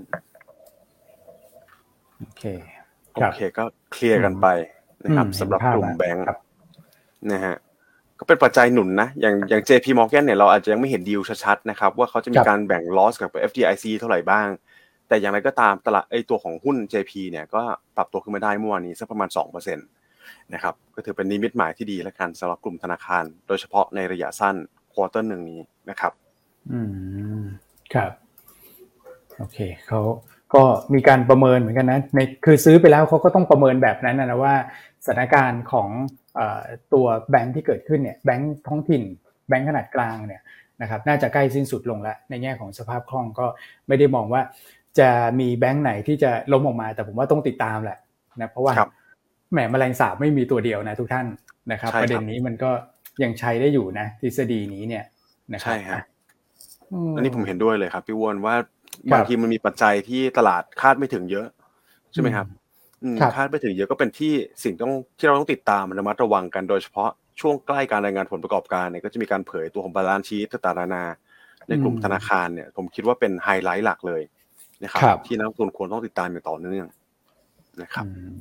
โอเคโอเคก็เคลียร์กันไปนะครับสำหรับกลุ่มแบงก์นะฮะก็เป็นปัจจัยหนุนนะอย่างอย่าง เจ พี Morgan เนี่ยเราอาจจะยังไม่เห็นดีลชัดๆนะครับว่าเขาจะมีการแบ่ง loss กับ เอฟ ดี ไอ ซี เท่าไหร่บ้างแต่อย่างไรก็ตามตลาดไอ้ตัวของหุ้น เจ พี เนี่ยก็ปรับตัวขึ้นมาได้เมื่อวานนี้สักประมาณ สองเปอร์เซ็นต์ นะครับก็ถือเป็นนิมิตหมายที่ดีและกันสำหรับกลุ่มธนาคารโดยเฉพาะในระยะสั้นควอเตอร์หนึ่งนี้นะครับอืมครับโอเคเขาก็มีการประเมินเหมือนกันนะในคือซื้อไปแล้วเขาก็ต้องประเมินแบบนั้นนะว่าสถานการณ์ของเอ่อตัวแบงค์ที่เกิดขึ้นเนี่ยแบงค์ท้องถิ่นแบงค์ขนาดกลางเนี่ยนะครับน่าจะใกล้สิ้นสุดลงแล้วในแง่ของสภาพคล่องก็ไม่ได้มองว่าจะมีแบงค์ไหนที่จะล้มออกมาแต่ผมว่าต้องติดตามแหละนะเพราะว่าแหมแมลงสาบไม่มีตัวเดียวนะทุกท่านนะครับประเด็นนี้มันก็ยังใช้ได้อยู่นะทฤษฎีนี้เนี่ยนะครับใช่ครับอันนี้ผมเห็นด้วยเลยครับพี่วอนว่าบางทีมันมีปัจจัยที่ตลาดคาดไม่ถึงเยอะใช่ไหมครับคาดไม่ถึงเยอะก็เป็นที่สิ่งต้องที่เราต้องติดตามระมัดระวังกันโดยเฉพาะช่วงใกล้การรายงานผลประกอบการเนี่ยก็จะมีการเผยตัวของบาลานซ์ชีทต่างๆนานาในกลุ่มธนาคารเนี่ยผมคิดว่าเป็นไฮไลท์หลักเลยนะครับที่นักลงทุนควรต้องติดตามอย่างต่อเนื่องนะครับ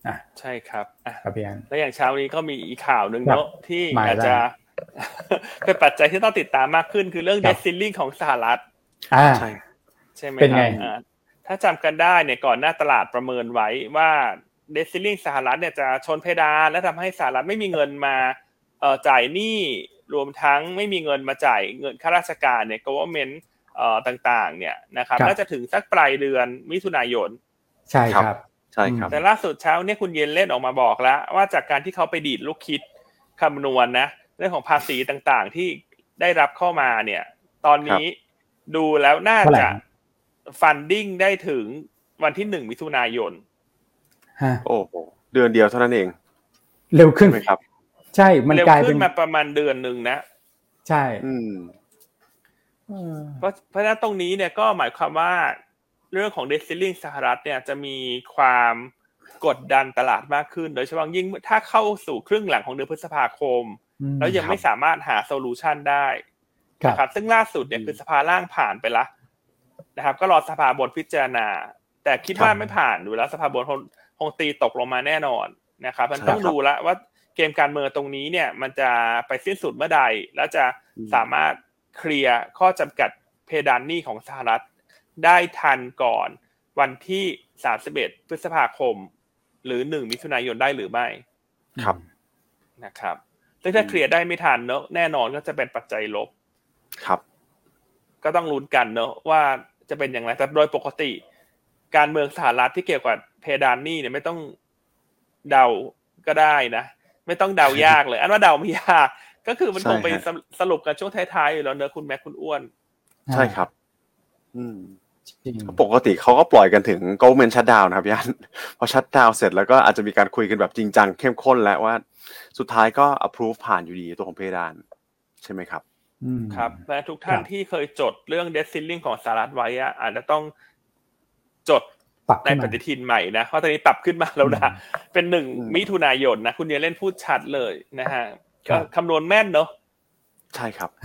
อ่ะใช่ครับอ่ะครับพี่อันแล้วอย่างเช้านี้ก็มีอีกข่าวหนึ่งเนาะที่มาอาจแล้วจะ เป็นปัจจัยที่ต้องติดตามมากขึ้นคือเรื่องครั debt บ ceiling ของสหรัฐอ่าใช่ใช่ไหมเป็นคไงรับอ่าถ้าจำกันได้เนี่ยก่อนหน้าตลาดประเมินไว้ว่า debt ceiling สหรัฐเนี่ยจะชนเพดานและทำให้สหรัฐไม่มีเงินมาเอ่อจ่ายหนี้รวมทั้งไม่มีเงินมาจ่ายเงินข้าราชการเนี่ย government เอ่อต่างๆเนี่ยนะครับครับน่าจะถึงสักปลายเดือนมิถุนายนใช่ครับใช่ครับแต่ล่าสุดเช้าเนี่ยคุณเยนเล่นออกมาบอกแล้วว่าจากการที่เขาไปดีดลูกคิดคำนวณนะเรื่องของภาษีต่างๆที่ได้รับเข้ามาเนี่ยตอนนี้ดูแล้วน่าจะฟันดิ้งได้ถึงวันที่หนึ่งมิถุนายนฮะโอ้โหเดือนเดียวเท่านั้นเองเร็วขึ้นใช่ไหมครับใช่มันเร็วกลายขึ้เป็นนมาประมาณเดือนหนึ่งนะใช่อืมเพราะเพราะฉะนั้นตรงนี้เนี่ยก็หมายความว่าเรื่องของ debt ceiling สหรัฐเนี่ยจะมีความกดดันตลาดมากขึ้นโดยเฉพาะยิ่งถ้าเข้าสู่ครึ่งหลังของเดือนพฤษภาคมแล้วยังไม่สามารถหาโซลูชันได้นะครับซึ่งล่าสุดเนี่ยคือสภาล่างผ่านไปละนะครับก็รอสภาบนพิจารณาแต่คิดว่าไม่ผ่านอยู่แล้วสภาบนคงคงตีตกลงมาแน่นอนนะครับมันต้องดูแล้วว่าเกมการเมืองตรงนี้เนี่ยมันจะไปสิ้นสุดเมื่อใดแล้วจะสามารถเคลียร์ข้อจำกัดเพดานหนี้ของสหรัฐได้ทันก่อนวันที่สามสิบเอ็ดพฤษภาคมหรือหนึ่งมิถุนายนได้หรือไม่ครับนะครับซึ่งถ้าเคลียร์ได้ไม่ทันเนอะแน่นอนก็จะเป็นปัจจัยลบครับก็ต้องลุ้นกันเนอะว่าจะเป็นอย่างไรแต่โดยปกติการเมืองสหรัฐที่เกี่ยวกับเพดานหนี้เนี่ยไม่ต้องเดาก็ได้นะไม่ต้องเดายากเลยอันว่าเดาไม่ยากก็คือมันคงไปสรุปกันช่วงท้ายๆอยู่แล้วเนอะคุณแม่คุณอ้วนใช่ครับอืมปกติเขาก็ปล่อยกันถึง government shutdown นะครับพี่อันพอ shutdown เสร็จแล้วก็อาจจะมีการคุยกันแบบจริงจังเข้มข้นแล้วว่าสุดท้ายก็ approve ผ่านอยู่ดีตัวของเพดานใช่ไหมครับครับและทุกท่านที่เคยจดเรื่อง debt ceiling ของสหรัฐไว้อะอาจจะต้องจดในปฏิทินใหม่นะเพราะตอนนี้ปรับขึ้นมาแล้วนะเป็นหนึ่งมิถุนายนนะคุณเยเล่นพูดชัดเลยนะฮะก็คำนวณแม่นเนอะใช่ครับ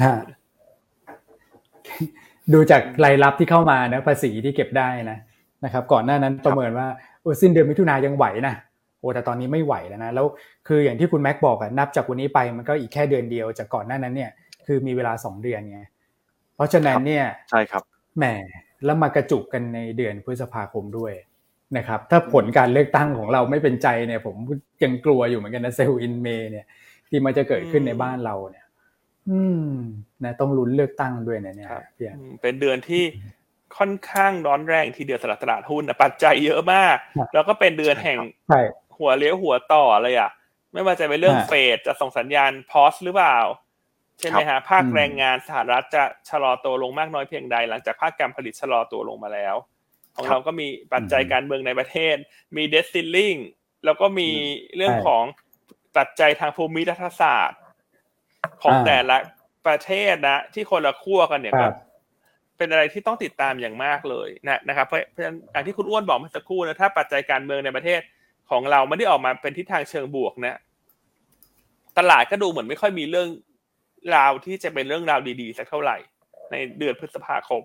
ดูจากรายรับที่เข้ามานะภาษีที่เก็บได้นะนะครับก่อนหน้านั้นประเมินว่าโอ้สิ้นเดือนมิถุนายนยังไหวนะโอ้แต่ตอนนี้ไม่ไหวแล้วนะแล้วคืออย่างที่คุณแม็กบอกอะนับจากวันนี้ไปมันก็อีกแค่เดือนเดียวจากก่อนหน้านั้นเนี่ยคือมีเวลาสองเดือนไงเพราะฉะนั้นเนี่ยใช่ครับแหมแล้วมากระจุกกันในเดือนพฤษภาคมด้วยนะครับถ้าผลการเลือกตั้งของเราไม่เป็นใจเนี่ยผมยังกลัวอยู่เหมือนกันนะเซลล์อินเมย์เนี่ยที่มันจะเกิดขึ้นในบ้านเราเนี่ยอืมนะต้องลุ้นเลือกตั้งด้วยนะเนี่ยพี่อันเป็นเดือนที่ค่อนข้างร้อนแรงทีเดียวสำหรับตลาดหุ้นนะปัจจัยเยอะมากแล้วก็เป็นเดือนแห่งหัวเลี้ยวหัวต่อเลยอ่ะไม่ว่าจะเป็นเรื่องเฟดจะส่งสัญญาณพอสหรือเปล่าใช่ไหมฮะภาคแรงงานสหรัฐจะชะลอตัวลงมากน้อยเพียงใดหลังจากภาคการผลิตชะลอตัวลงมาแล้วของเราก็มีปัจจัยการเมืองในประเทศมี debt ceiling แล้วก็มีเรื่องของปัจจัยทางภูมิรัฐศาสตร์ของแต่ละประเทศนะที่คนละขั้วกันเนี่ยก็เป็นอะไรที่ต้องติดตามอย่างมากเลยนะนะครับเพราะฉะนั้นอย่างที่คุณอ้วนบอกเมื่อสักครู่นะถ้าปัจจัยการเมืองในประเทศของเราไม่ได้ออกมาเป็นทิศทางเชิงบวกนะตลาดก็ดูเหมือนไม่ค่อยมีเรื่องราวที่จะเป็นเรื่องราวดีๆสักเท่าไหร่ในเดือนพฤษภาคม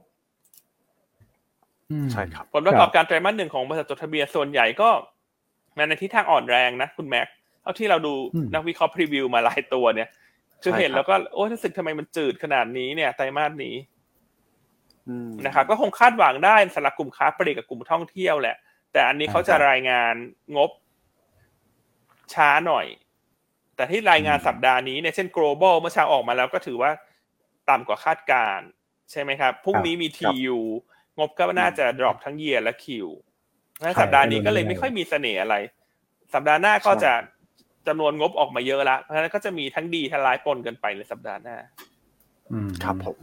ใช่ครับผลประกอบการไตรมาสหนึ่งของบริษัทจดทะเบียนส่วนใหญ่ก็มาในทิศทางอ่อนแรงนะคุณแม็กเท่าที่เราดูนักวิเคราะห์พรีวิวมาหลายตัวเนี่ยคือเห็นแล้วก็โอ้รู้สึกทำไมมันจืดขนาดนี้เนี่ยไตรมาสนี้นะครับก็คงคาดหวังได้สำหรับกลุ่มค้าปลีกกับกลุ่มท่องเที่ยวแหละแต่อันนี้เขาจะรายงานงบช้าหน่อยแต่ที่รายงานสัปดาห์นี้เนี่ยเช่น global เมื่อเช้าออกมาแล้วก็ถือว่าต่ำกว่าคาดการณ์ใช่ไหมครับพรุ่งนี้มี ที ยู งบก็น่าจะ drop ทั้ง year และ Q งั้นสัปดาห์นี้ก็เลยไม่ค่อยมีเสน่ห์อะไรสัปดาห์หน้าก็จะจำนวนงบออกมาเยอะแล้วเพราะฉะนั้นก็จะมีทั้งดีทั้งร้ายปนกันไปในสัปดาห์หน้าครับผม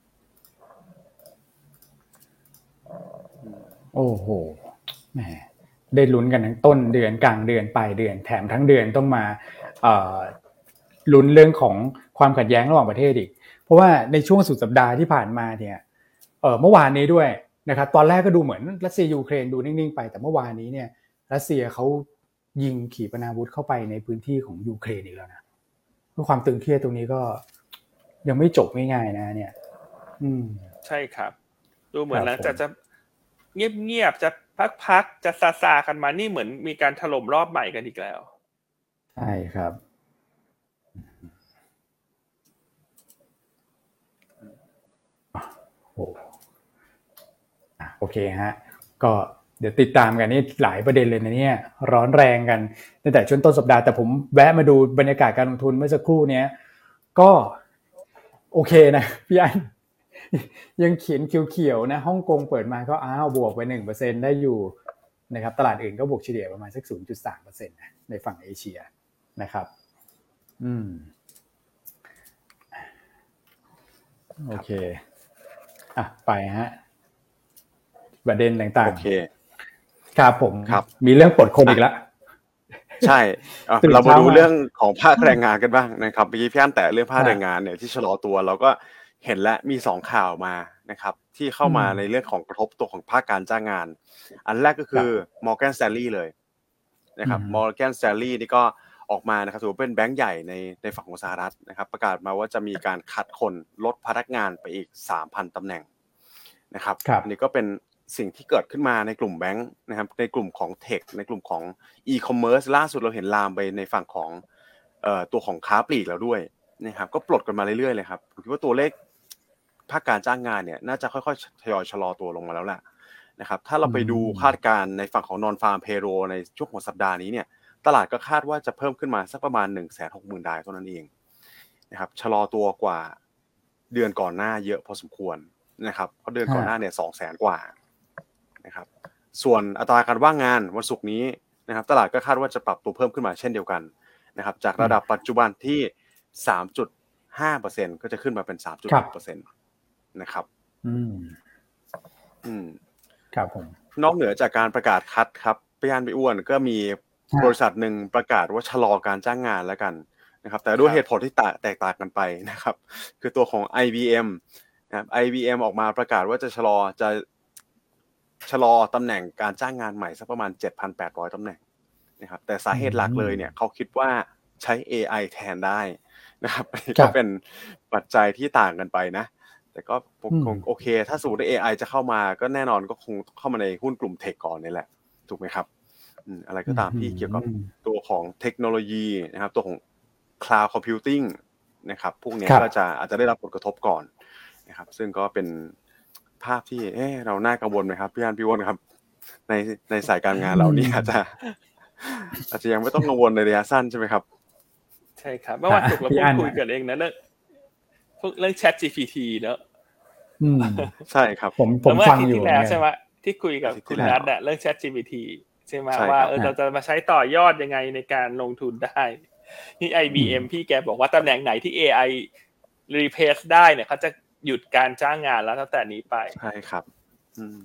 โอ้โหแหมได้ลุ้นกันทั้งต้นเดือนกลางเดือนปลายเดือนแถมทั้งเดือนต้องมาเอ่อลุ้นเรื่องของความขัดแย้งระหว่างประเทศอีกเพราะว่าในช่วงสุดสัปดาห์ที่ผ่านมาเนี่ยเอ่อเมื่อวานนี้ด้วยนะครับตอนแรกก็ดูเหมือนรัสเซียยูเครนดูนิ่งๆไปแต่เมื่อวานนี้เนี่ยรัสเซียเขายิงขีปนาวุธเข้าไปในพื้นที่ของยูเครนอีกแล้วนะเพื่อความตึงเครียดตรงนี้ก็ยังไม่จบง่ายๆนะเนี่ยอืมใช่ครับดูเหมือนหลังจากจะเงียบๆจะพักๆจะซาๆกันมานี่เหมือนมีการถล่มรอบใหม่กันอีกแล้วใช่ครับโอ้โอเคฮะก็เดี๋ยวติดตามกันนี่หลายประเด็นเลยนะเนี่ยร้อนแรงกันตั้งแต่ช่วงต้นสัปดาห์แต่ผมแวะมาดูบรรยากาศการลงทุนเมื่อสักครู่เนี้ยก็โอเคนะพี่อันยังเขียนเขียวๆนะฮ่องกงเปิดมาก็อ้าวบวกไป หนึ่งเปอร์เซ็นต์ ได้อยู่นะครับตลาดอื่นก็บวกเฉลี่ยประมาณสัก ศูนย์จุดสามเปอร์เซ็นต์ นะในฝั่งเอเชียนะครับอืมโอเคอ่ะไปฮะประเด็นต่างๆโอเคครับผมครับมีเรื่องปลดโควิดอีกแล้วใช่เรามาดูเรื่องของภาคแรงงานกันบ้างนะครับเมื่อกี้พี่อั้นแต่เรื่องภาคแรงงานเนี่ยที่ชะลอตัวเราก็เห็นแล้วมีสองข่าวมานะครับที่เข้ามาในเรื่องของกระทบตัวของภาคการจ้างงานอันแรกก็คือ Morgan Stanley เลยนะครับ Morgan Stanley นี่ก็ออกมานะครับถือว่าเป็นแบงก์ใหญ่ในในฝั่งของสหรัฐนะครับประกาศมาว่าจะมีการคัดคนลดพนักงานไปอีก สามพัน ตำแหน่งนะครับอันนี้ก็เป็นสิ่งที่เกิดขึ้นมาในกลุ่มแบงค์นะครับในกลุ่มของเทคในกลุ่มของอีคอมเมิร์ซล่าสุดเราเห็นลามไปในฝั่งของเอ่อตัวของค้าปลีกแล้วด้วยนะครับก็ปลดกันมาเรื่อยๆเลยครับผมคิดว่าตัวเลขภาคการจ้างงานเนี่ยน่าจะค่อยๆทยอยชะลอตัวลงมาแล้วแหละนะครับถ้าเราไปดูคาดการณ์ในฝั่งของ non farm payroll ในช่วงของสัปดาห์นี้เนี่ยตลาดก็คาดว่าจะเพิ่มขึ้นมาสักประมาณ หนึ่งแสนหกหมื่น รายเท่านั้นเองนะครับชะลอตัวกว่าเดือนก่อนหน้าเยอะพอสมควรนะครับเพราะเดือนก่อนหน้าเนี่ย สองแสน กว่านะครับส่วนอัตราการว่างงานวันศุกร์นี้นะครับตลาดก็คาดว่าจะปรับตัวเพิ่มขึ้นมาเช่นเดียวกันนะครับจากระดับปัจจุบันที่ สามจุดห้าเปอร์เซ็นต์ ก็จะขึ้นมาเป็น สามจุดหกเปอร์เซ็นต์ นะครับอืมอืมครับผมนอกเหนือจากการประกาศคัดครับพี่อั้นพี่อ้วนก็มีบริษัทหนึ่งประกาศว่าชะลอการจ้างงานแล้วกันนะครับแต่ด้วยเหตุผลที่แตกต่างกันไปนะครับคือตัวของ ไอ บี เอ็ม นะครับ ไอ บี เอ็ม ออกมาประกาศว่าจะชะลอจะชะลอตำแหน่งการจ้างงานใหม่สักประมาณ เจ็ดพันแปดร้อย ตำแหน่งนะครับแต่สาเหตุหลักเลยเนี่ยเขาคิดว่าใช้ เอ ไอ แทนได้นะครับก็เป็นปัจจัยที่ต่างกันไปนะแต่ก็คงโอเคถ้าสมมุติ เอ ไอ จะเข้ามาก็แน่นอนก็คงเข้ามาในหุ้นกลุ่มเทคก่อนนี่แหละถูกไหมครับอะไรก็ตามที่เกี่ยวกับตัวของเทคโนโลยีนะครับตัวของ cloud computing นะครับพวกนี้ก็จะอาจจะได้รับผลกระทบก่อนนะครับซึ่งก็เป็นภาพที่เอ๊ะเราน่ากังวลไหมครับพี่อั้นพี่อ้วนครับในในสายการงานเรานี่อาจจะอาจจะยังไม่ต้องกังวลในระยะสั้นใช่ไหมครับใช่ครับเมื่อวานศุกร์เราพูดคุยกันเองนะเรื่องพวกเรื่อง Chat จี พี ที เนอะอืมใช่ครับผมผมฟังอยู่แล้วใช่ไหมที่คุยกับคุณนัทเนี่ยเรื่อง Chat จี พี ที ใช่ไหมว่าเออเราจะมาใช้ต่อยอดยังไงในการลงทุนได้ที่ ไอ บี เอ็ม พี่แกบอกว่าตำแหน่งไหนที่ เอ ไอ replace ได้เนี่ยเขาจะหยุดการจ้างงานแล้วตั้งแต่นี้ไปใช่ครับอืม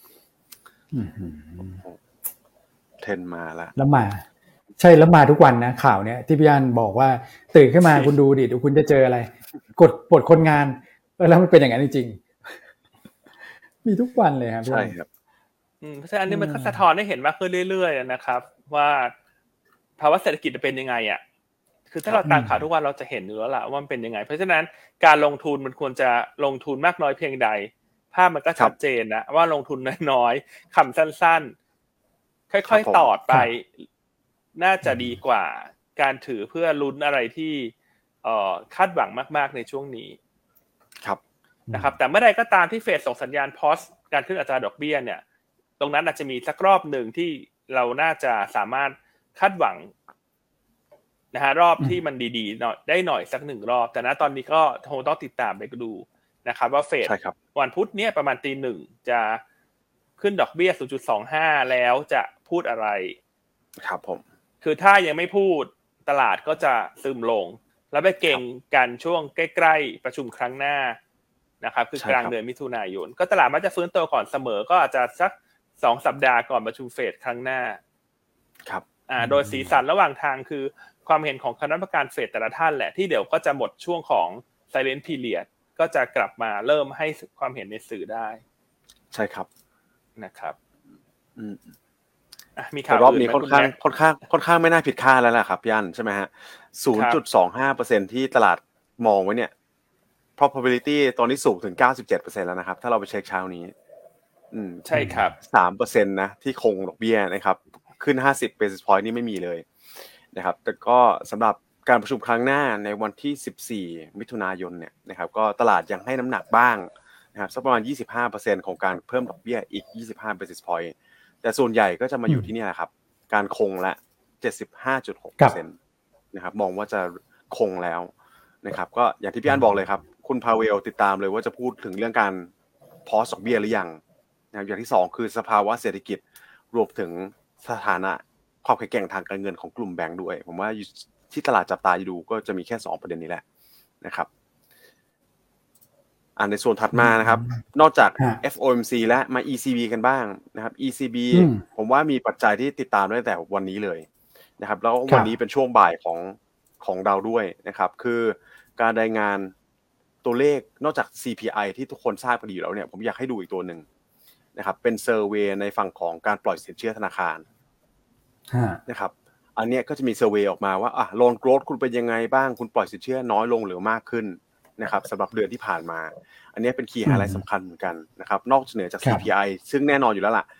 เทรนมาแล้วแล้วมาใช่แล้วมาทุกวันนะข่าวเนี้ยที่พี่อั้นบอกว่าตื่นขึ้นมาคุณดูดิเดี๋ยวคุณจะเจออะไรกดปลดคนงานแล้วมันเป็นอย่างนั้นจริงๆมีทุกวันเลยครับใช่ครับอืมเพราะฉะนั้นนี่มันก็สะท้อนให้เห็นมากขึ้นเรื่อยๆนะครับว่าภาวะเศรษฐกิจจะเป็นยังไงอ่ะคือถ้าเราตามข่าวทุกวันเราจะเห็นอยู่แล้วล่ะว่ามันเป็นยังไงเพราะฉะนั้นการลงทุนมันควรจะลงทุนมากน้อยเพียงใดภาพมันก็ชัดเจนนะว่าลงทุนน้อยๆคำสั้นๆค่อยๆต่อไปน่าจะดีกว่าการถือเพื่อลุ้นอะไรที่เอ่อคาดหวังมากๆในช่วงนี้ครับนะครับแต่เมื่อใดก็ตามที่เฟดส่งสัญญาณพอสการขึ้นอัตราดอกเบี้ยเนี่ยตรงนั้นอาจจะมีสักรอบหนึ่งที่เราน่าจะสามารถคาดหวังนะฮะรอบที่มันดีๆหน่อยได้หน่อยสักหนึ่งรอบแต่ณตอนนี้ก็คงต้องติดตามไปดูนะครับว่าเฟดวันพุธเนี้ยประมาณตีหนึ่งจะขึ้นดอกเบี้ย ศูนย์จุดสองห้า แล้วจะพูดอะไรครับผมคือถ้ายังไม่พูดตลาดก็จะซึมลงแล้วไปเก่งกันช่วงใกล้ๆประชุมครั้งหน้านะครับคือกลางเดือนมิถุนายนก็ตลาดมันจะฟื้นตัวก่อนเสมอก็อาจจะสักสองสัปดาห์ก่อนประชุมเฟดครั้งหน้าครับอ่าโดยสีสันระหว่างทางคือความเห็นของคณะกรรมการเฟดแต่ละท่านแหละที่เดี๋ยวก็จะหมดช่วงของ silent period ก็จะกลับมาเริ่มให้ความเห็นในสื่อได้ใช่ครับนะครับอืมอ่ะมีข่าวรอบนี้ค่อนข้างค่อนข้างค่อนข้างไม่น่าผิดคาดแล้วล่ะครับพี่อั้นใช่ไหมฮะ ศูนย์จุดสองห้าเปอร์เซ็นต์ ที่ตลาดมองไว้เนี่ย probability ตอนนี้สูงถึง เก้าสิบเจ็ดเปอร์เซ็นต์ แล้วนะครับถ้าเราไปเช็คเช้านี้อืมใช่ครับสามเปอร์เซ็นต์ นะที่คงดอกเบี้ยนะครับขึ้นห้าสิบ basis point นี่ไม่มีเลยนะครับแต่ก็สำหรับการประชุมครั้งหน้าในวันที่สิบสี่มิถุนายนเนี่ยนะครับก็ตลาดยังให้น้ำหนักบ้างนะครับสักประมาณ ยี่สิบห้าเปอร์เซ็นต์ ของการเพิ่มดอกเบี้ยอีกยี่สิบห้า basis point แต่ส่วนใหญ่ก็จะมาอยู่ที่นี่แหละครับการคงละ เจ็ดสิบห้าจุดหกเปอร์เซ็นต์ นะครับมองว่าจะคงแล้วนะครับก็อย่างที่พี่อั้นบอกเลยครับคุณพาเวลติดตามเลยว่าจะพูดถึงเรื่องการพอสดอกเบี้ยหรือยังนะครับอย่างที่สองคือสภาวะเศรษฐกิจรวมถึงสถานะความแข็งแกร่งทางการเงินของกลุ่มแบงก์ด้วยผมว่าที่ตลาดจับตาดูก็จะมีแค่สองประเด็นนี้แหละนะครับอันในส่วนถัดมานะครับนอกจาก เอฟ โอ เอ็ม ซี และมา อี ซี บี กันบ้างนะครับ อี ซี บี ผมว่ามีปัจจัยที่ติดตามได้แต่วันนี้เลยนะครับแล้ววันนี้เป็นช่วงบ่ายของของเราด้วยนะครับคือการรายงานตัวเลขนอกจาก ซี พี ไอ ที่ทุกคนทราบกันอยู่แล้วเนี่ยผมอยากให้ดูอีกตัวหนึ่งนะครับเป็นเซอร์เวย์ในฝั่งของการปล่อยสินเชื่อธนาคารนะครับอันนี้ก็จะมีเซอร์เวย์ออกมาว่าอ่ะโลนโกรธคุณเป็นยังไงบ้างคุณปล่อยสินเชื่อน้อยลงหรือมากขึ้นนะครับสำหรับเดือนที่ผ่านมาอันนี้เป็นคีย์ไฮไลท์สำคัญเหมือนกันนะครับนอกเหนือจาก ซี พี ไอ ซึ่งแน่นอนอยู่แล้วล่ะ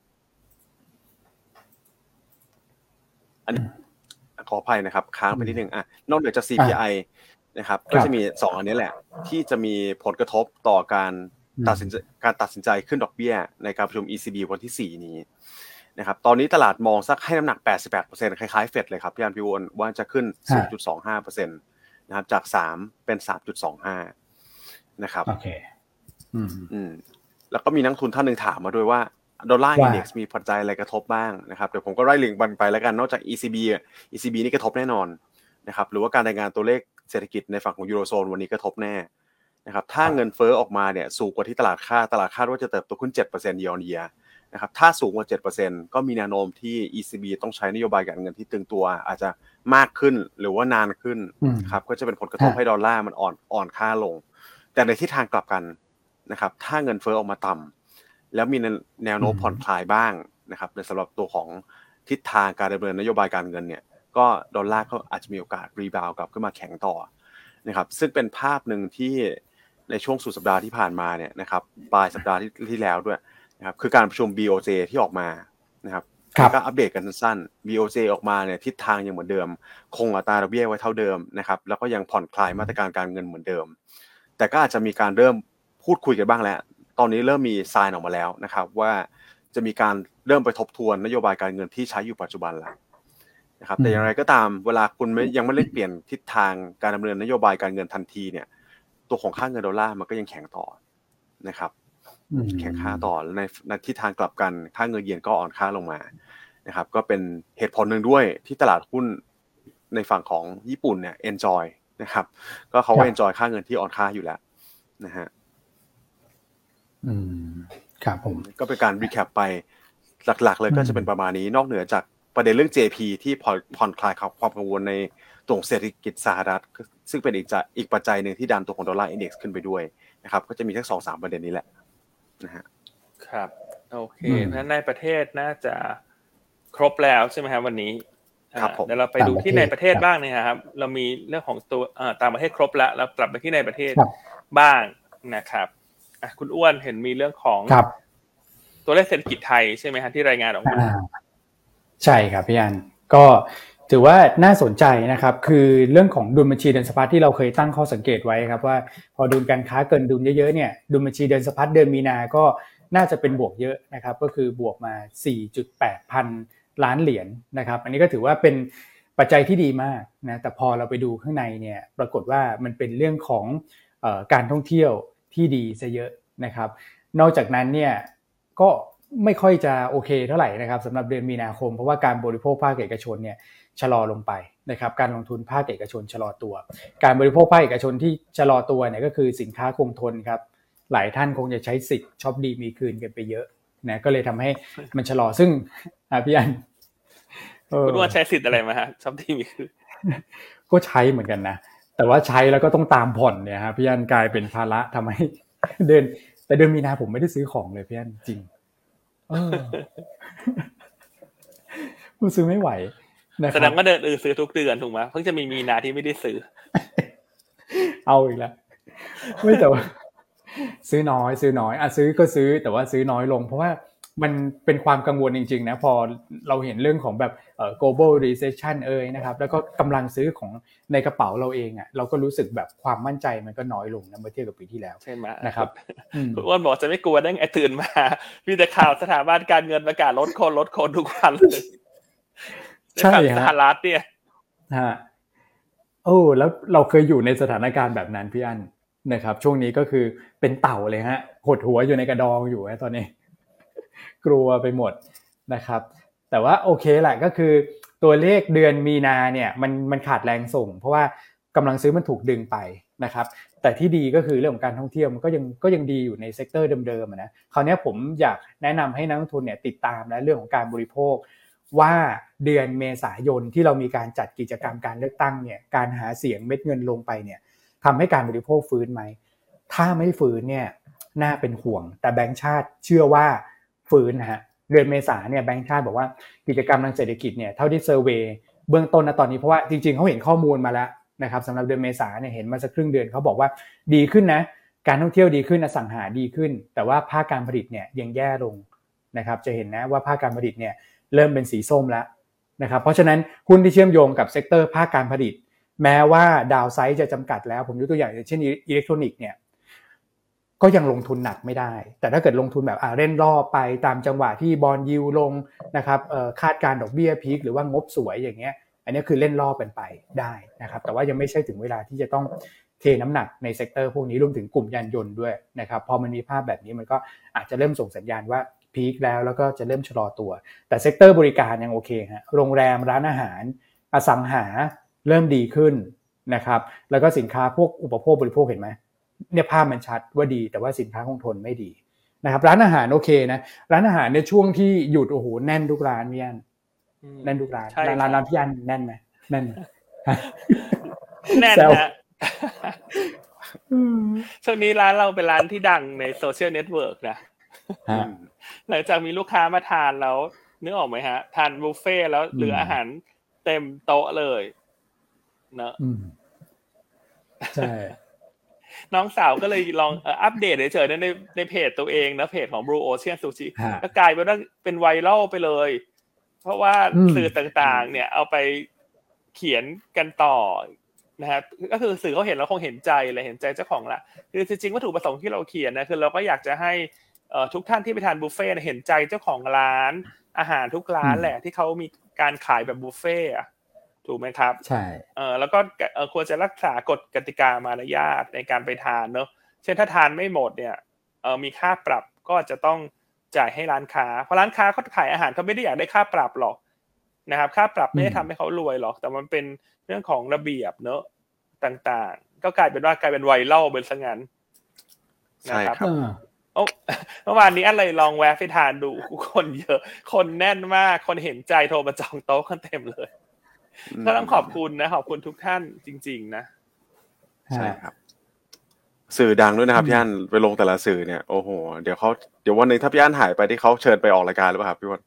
อันขออภัยนะครับค้างไปนิดนึงอ่ะนอกเหนือจาก ซี พี ไอ นะครับก็จะมีสองอันนี้แหละที่จะมีผลกระทบต่อการตัดสินการตัดสินใจขึ้นดอกเบี้ยในการประชุม อี ซี บี วันที่สี่นี้นะครับตอนนี้ตลาดมองสักให้น้ำหนัก แปดสิบแปดเปอร์เซ็นต์ คล้ายๆเฟดเลยครับพี่อันพี่วอนว่าจะขึ้น ศูนย์จุดสองห้าเปอร์เซ็นต์ นะครับจากสามเป็น สามจุดสองห้า นะครับโอเคอืมอืมแล้วก็มีนักทุนท่านนึงถามมาด้วยว่าดอลลาร์อินเด็กซ์มีปัจจัยอะไรกระทบบ้างนะครับเดี๋ยวผมก็ไล่ลิงก์ไปแล้วกันนอกจาก อี ซี บี อ่ะ อี ซี บี นี่กระทบแน่นอนนะครับหรือว่าการรายงานตัวเลขเศรษฐกิจในฝั่งของยูโรโซนวันนี้กระทบแน่นะครับถ้าเงินเฟ้อออกมาเนี่ยสูงกว่าที่ตลาดคาดตลาดคาดว่าจะเติบโตขึ้น เจ็ดเปอร์เซ็นต์ year on year นะครับถ้าสูงกว่า เจ็ดเปอร์เซ็นต์ ก็มีแนวโน้มที่ อี ซี บี ต้องใช้นโยบายการเงินที่ตึงตัวอาจจะมากขึ้นหรือว่านานขึ้นครับก็จะเป็นผลกระทบให้ดอลลาร์มันอ่อนอ่อนค่าลงแต่ในทิศทางกลับกันนะครับถ้าเงินเฟ้อออกมาต่ำแล้วมีแนวโน้มผ่อนคลายบ้างนะครับในสำหรับตัวของทิศทางการดำเนินนโยบายการเงินเนี่ยก็ดอลลาร์ก็อาจจะมีโอกาสรีบาวด์กลับขึ้นมาแข็งต่อนะครับซึ่งเป็นภาพหนึ่งที่ในช่วงสุดสัปดาห์ที่ผ่านมาเนี่ยนะครับปลายสัปดาห์ที่ที่แล้วด้วยนะครับคือการประชุม บี โอ เจ ที่ออกมานะครับก็อัปเดตกันสั้นๆ บี โอ เจ ออกมาเนี่ยทิศทางยังเหมือนเดิมคงอัตราดอกเบี้ยไว้เท่าเดิมนะครับแล้วก็ยังผ่อนคลายมาตรการการเงินเหมือนเดิมแต่ก็อาจจะมีการเริ่มพูดคุยกันบ้างแล้วตอนนี้เริ่มมีไซน์ออกมาแล้วนะครับว่าจะมีการเริ่มไปทบทวนนโยบายการเงินที่ใช้อยู่ปัจจุบันแล้วนะครับแต่อย่างไรก็ตามเวลาคุณไม่ยังไม่ได้เปลี่ยนทิศทางการดำเนินนโยบายการเงินทันทีเนี่ยตัวของค่าเงินดอลลาร์มันก็ยังแข็งต่อนะครับแข็งค่าต่อในในทิศทางกลับกันค่าเงินเยนก็อ่อนค่าลงมานะครับก็เป็นเหตุผลหนึ่งด้วยที่ตลาดหุ้นในฝั่งของญี่ปุ่นเนี่ย enjoy นะครับก็เขาก็ enjoy ค่าเงินที่อ่อนค่าอยู่แล้วนะฮะอืมครับผมก็เป็นการรีแคปไปหลักๆเลยก็จะเป็นประมาณนี้นอกเหนือจากประเด็นเรื่อง เจ พี ที่ผ่อนคลายความกังวลในตัวเศรษฐกิจสหรัฐซึ่งเป็นอีกอีกปัจจัยหนึ่งที่ดันตัวของดอลลาร์อินเด็กซ์ขึ้นไปด้วยนะครับก็จะมีทั้ง สองถึงสาม ประเด็นนี้แหละนะฮะครับโอเคเพราะฉะนั้นในประเทศน่าจะครบแล้วใช่ไหมครับวันนี้ครับผมเดี๋ยวเราไปดูที่ในประเทศบ้างนะครับเรามีเรื่องของตัวต่างประเทศครบแล้วเรากลับไปที่ในประเทศบ้างนะครับคุณอ้วนเห็นมีเรื่องของตัวเลขเศรษฐกิจไทยใช่ไหมครับที่รายงานออกมาใช่ครับพี่อันก็ถือว่าน่าสนใจนะครับคือเรื่องของดุลบัญชีเดินสะพัดที่เราเคยตั้งข้อสังเกตไว้ครับว่าพอดุลการค้าเกินดุลเยอะๆเนี่ยดุลบัญชีเดินสะพัดเดือนมีนาก็น่าจะเป็นบวกเยอะนะครับก็คือบวกมา สี่จุดแปด พันล้านเหรียญนะครับอันนี้ก็ถือว่าเป็นปัจจัยที่ดีมากนะแต่พอเราไปดูข้างในเนี่ยปรากฏว่ามันเป็นเรื่องของเอ่อการท่องเที่ยวที่ดีซะเยอะนะครับนอกจากนั้นเนี่ยก็ไม่ค่อยจะโอเคเท่าไหร่นะครับสำหรับเดือนมีนาคมเพราะว่าการบริโภคภาคเอกชนเนี่ยชะลอลงไปนะครับการลงทุนภาคเอกชนชะลอตัวการบริโภคภาคเอกชนที่ชะลอตัวเนี่ยก็คือสินค้าคงทนครับหลายท่านคงจะใช้สิทธิ์ช็อปดีมีคืนกันไปเยอะนะก็เลยทำให้มันชะลอซึ่งอ่ะพี่อันคุณว่าใช้สิทธิ์อะไรมาฮะช็อปดีมีคืนก็ใช้เหมือนกันนะแต่ว่าใช้แล้วก็ต้องตามผ่อนเนี่ยครับพี่อันกลายเป็นภาระทำให้เดือนแต่เดือนมีนาผมไม่ได้ซื้อของเลยพี่อันจริงเออผมซื้อไม่ไหวแสดงว่าเดินเออซื้อทุกเดือนถูกไหมเพิ่งจะมีมีนาที่ไม่ได้ซื้อเอาอีกแล้วไม่แต่ว่าซื้อน้อยซื้อน้อยอ่ะซื้อก็ซื้อแต่ว่าซื้อน้อยลงเพราะว่ามันเป็นความกังวลจริงๆนะพอเราเห็นเรื่องของแบบเอ่อ global recession เอ่ยนะครับแล้วก็กำลังซื้อของในกระเป๋าเราเองอ่ะเราก็รู้สึกแบบความมั่นใจมันก็น้อยลงนะเมื่อเทียบกับปีที่แล้วใช่ไหมนะครับคุณอ้วนบอกจะไม่กลัวได้ไงตื่นมามีแต่ข่าวสถาบันการเงินประกาศลดคนลดคนทุกวันเลยใช่ฮะสหรัฐเนี่ยฮะโอ้แล้วเราเคยอยู่ในสถานการณ์แบบนั้นพี่อั้นนะครับช่วงนี้ก็คือเป็นเต่าเลยฮะหดหัวอยู่ในกระดองอยู่ฮะตอนนี้กลัวไปหมดนะครับแต่ว่าโอเคแหละก็คือตัวเลขเดือนมีนาเนี่ยมันมันขาดแรงส่งเพราะว่ากำลังซื้อมันถูกดึงไปนะครับแต่ที่ดีก็คือเรื่องของการท่องเที่ยวมันก็ยังก็ยังดีอยู่ในเซกเตอร์เดิมๆนะคราวนี้ผมอยากแนะนำให้นักลงทุนเนี่ยติดตามและเรื่องของการบริโภคว่าเดือนเมษายนที่เรามีการจัดกิจกรรมการเลือกตั้งเนี่ยการหาเสียงเม็ดเงินลงไปเนี่ยทำให้การบริโภคฟื้นไหมถ้าไม่ฟื้นเนี่ยน่าเป็นห่วงแต่แบงก์ชาติเชื่อว่าฟื้นนะฮะเดือนเมษาเนี่ยแบงก์ชาติบอกว่ากิจกรรมทางเศรษฐกิจเนี่ยเท่าที่เซอร์เวย์เบื้องต้นนะตอนนี้เพราะว่าจริงๆเขาเห็นข้อมูลมาแล้วนะครับสำหรับเดือนเมษาเนี่ยเห็นมาสักครึ่งเดือนเขาบอกว่าดีขึ้นนะการท่องเที่ยวดีขึ้นอสังหาดีขึ้นแต่ว่าภาคการผลิตเนี่ยยังแย่ลงนะครับจะเห็นนะว่าภาคการผลิตเนี่ยเริ่มเป็นสีส้มแล้วนะครับเพราะฉะนั้นหุ้นที่เชื่อมโยงกับเซกเตอร์ภาคการผลิตแม้ว่าดาวไซด์จะจำกัดแล้วผมยกตัวอย่างเช่นอิเล็กทรอนิกส์เนี่ยก็ยังลงทุนหนักไม่ได้แต่ถ้าเกิดลงทุนแบบอ่าเล่นรอบไปตามจังหวะที่บอนด์ยิลด์ลงนะครับเอ่อคาดการดอกเบี้ยพีคหรือว่างบสวยอย่างเงี้ยอันนี้คือเล่นรอบกันไปได้นะครับแต่ว่ายังไม่ใช่ถึงเวลาที่จะต้องเทน้ำหนักในเซกเตอร์พวกนี้รวมถึงกลุ่มยานยนต์ด้วยนะครับพอมันมีภาพแบบนี้มันก็อาจจะเริ่มส่งสัญญาณว่าพีคแล้วแล้วก็จะเริ่มชะลอตัวแต่เซกเตอร์บริการยังโอเคฮะโรงแรมร้านอาหารอสังหาเริ่มดีขึ้นนะครับแล้วก็สินค้าพวกอุปโภคบริโภคเห็นไหมเนี่ยภาพมันชัดว่าดีแต่ว่าสินค้าคงทนไม่ดีนะครับร้านอาหารโอเคนะร้านอาหารในช่วงที่หยุดโอ้โหแน่นทุกร้านพี่อันแน่นทุกร้านร้านร้านพี่อันแน่นไหมแน่นแน่นนะช่วงนี้ร้านเราเป็นร้านที่ดังในโซเชียลเน็ตเวิร์กนะหลังจากมีลูกค้ามาทานแล้วนึกออกไหมฮะทานบุฟเฟ่แล้วเหลืออาหารเต็มโต๊ะเลยเนอะใช่น้องสาวก็เลยลองเอ่ออัปเดตเฉยๆในในเพจตัวเองนะเพจของ Blue Ocean Sushi ก็กลายเป็นว่าเป็นไวรัลไปเลยเพราะว่าสื่อต่างๆเนี่ยเอาไปเขียนกันต่อนะครับก็คือสื่อเขาเห็นแล้วคงเห็นใจเลยเห็นใจเจ้าของละคือจริงๆวัตถุประสงค์ที่เราเขียนนะคือเราก็อยากจะให้เอ่อทุกท่านที่ไปทานบุฟเฟ่ต์เห็นใจเจ้าของร้านอาหารทุกร้านแหละที่เขามีการขายแบบบุฟเฟ่ต์ถูกไหมครับใช่เออแล้วก็เอ่อควรจะรักษากฎกติกามารยาทในการไปทานเนอะเช่นถ้าทานไม่หมดเนี่ยเออมีค่าปรับก็จะต้องจ่ายให้ร้านค้าเพราะร้านค้าเขาขายอาหารเขาไม่ได้อยากได้ค่าปรับหรอกนะครับค่าปรับไม่ได้ทำให้เขารวยหรอกแต่มันเป็นเรื่องของระเบียบเนอะต่างๆก็กลายเป็นว่ากลายเป็นไวรัลเป็นซะงั้นนะครับโอ้เมื่อวานนี้อะไรลองแวะไปทานดูคนเยอะคนแน่นมากคนเห็นใจโทรมาจองโต๊ะกันเต็มเลยก็ต้องขอบคุณนะขอบคุณทุกท่านจริงๆนะใช่ครับสื่อดังด้วยนะครับพี่อั้นไปลงแต่ละสื่อเนี่ยโอ้โหเดี๋ยวเขาเดี๋ยววันนึงถ้าพี่อั้นหายไปที่เขาเชิญไปออกรายการหรือเปล่าครับพี่วัน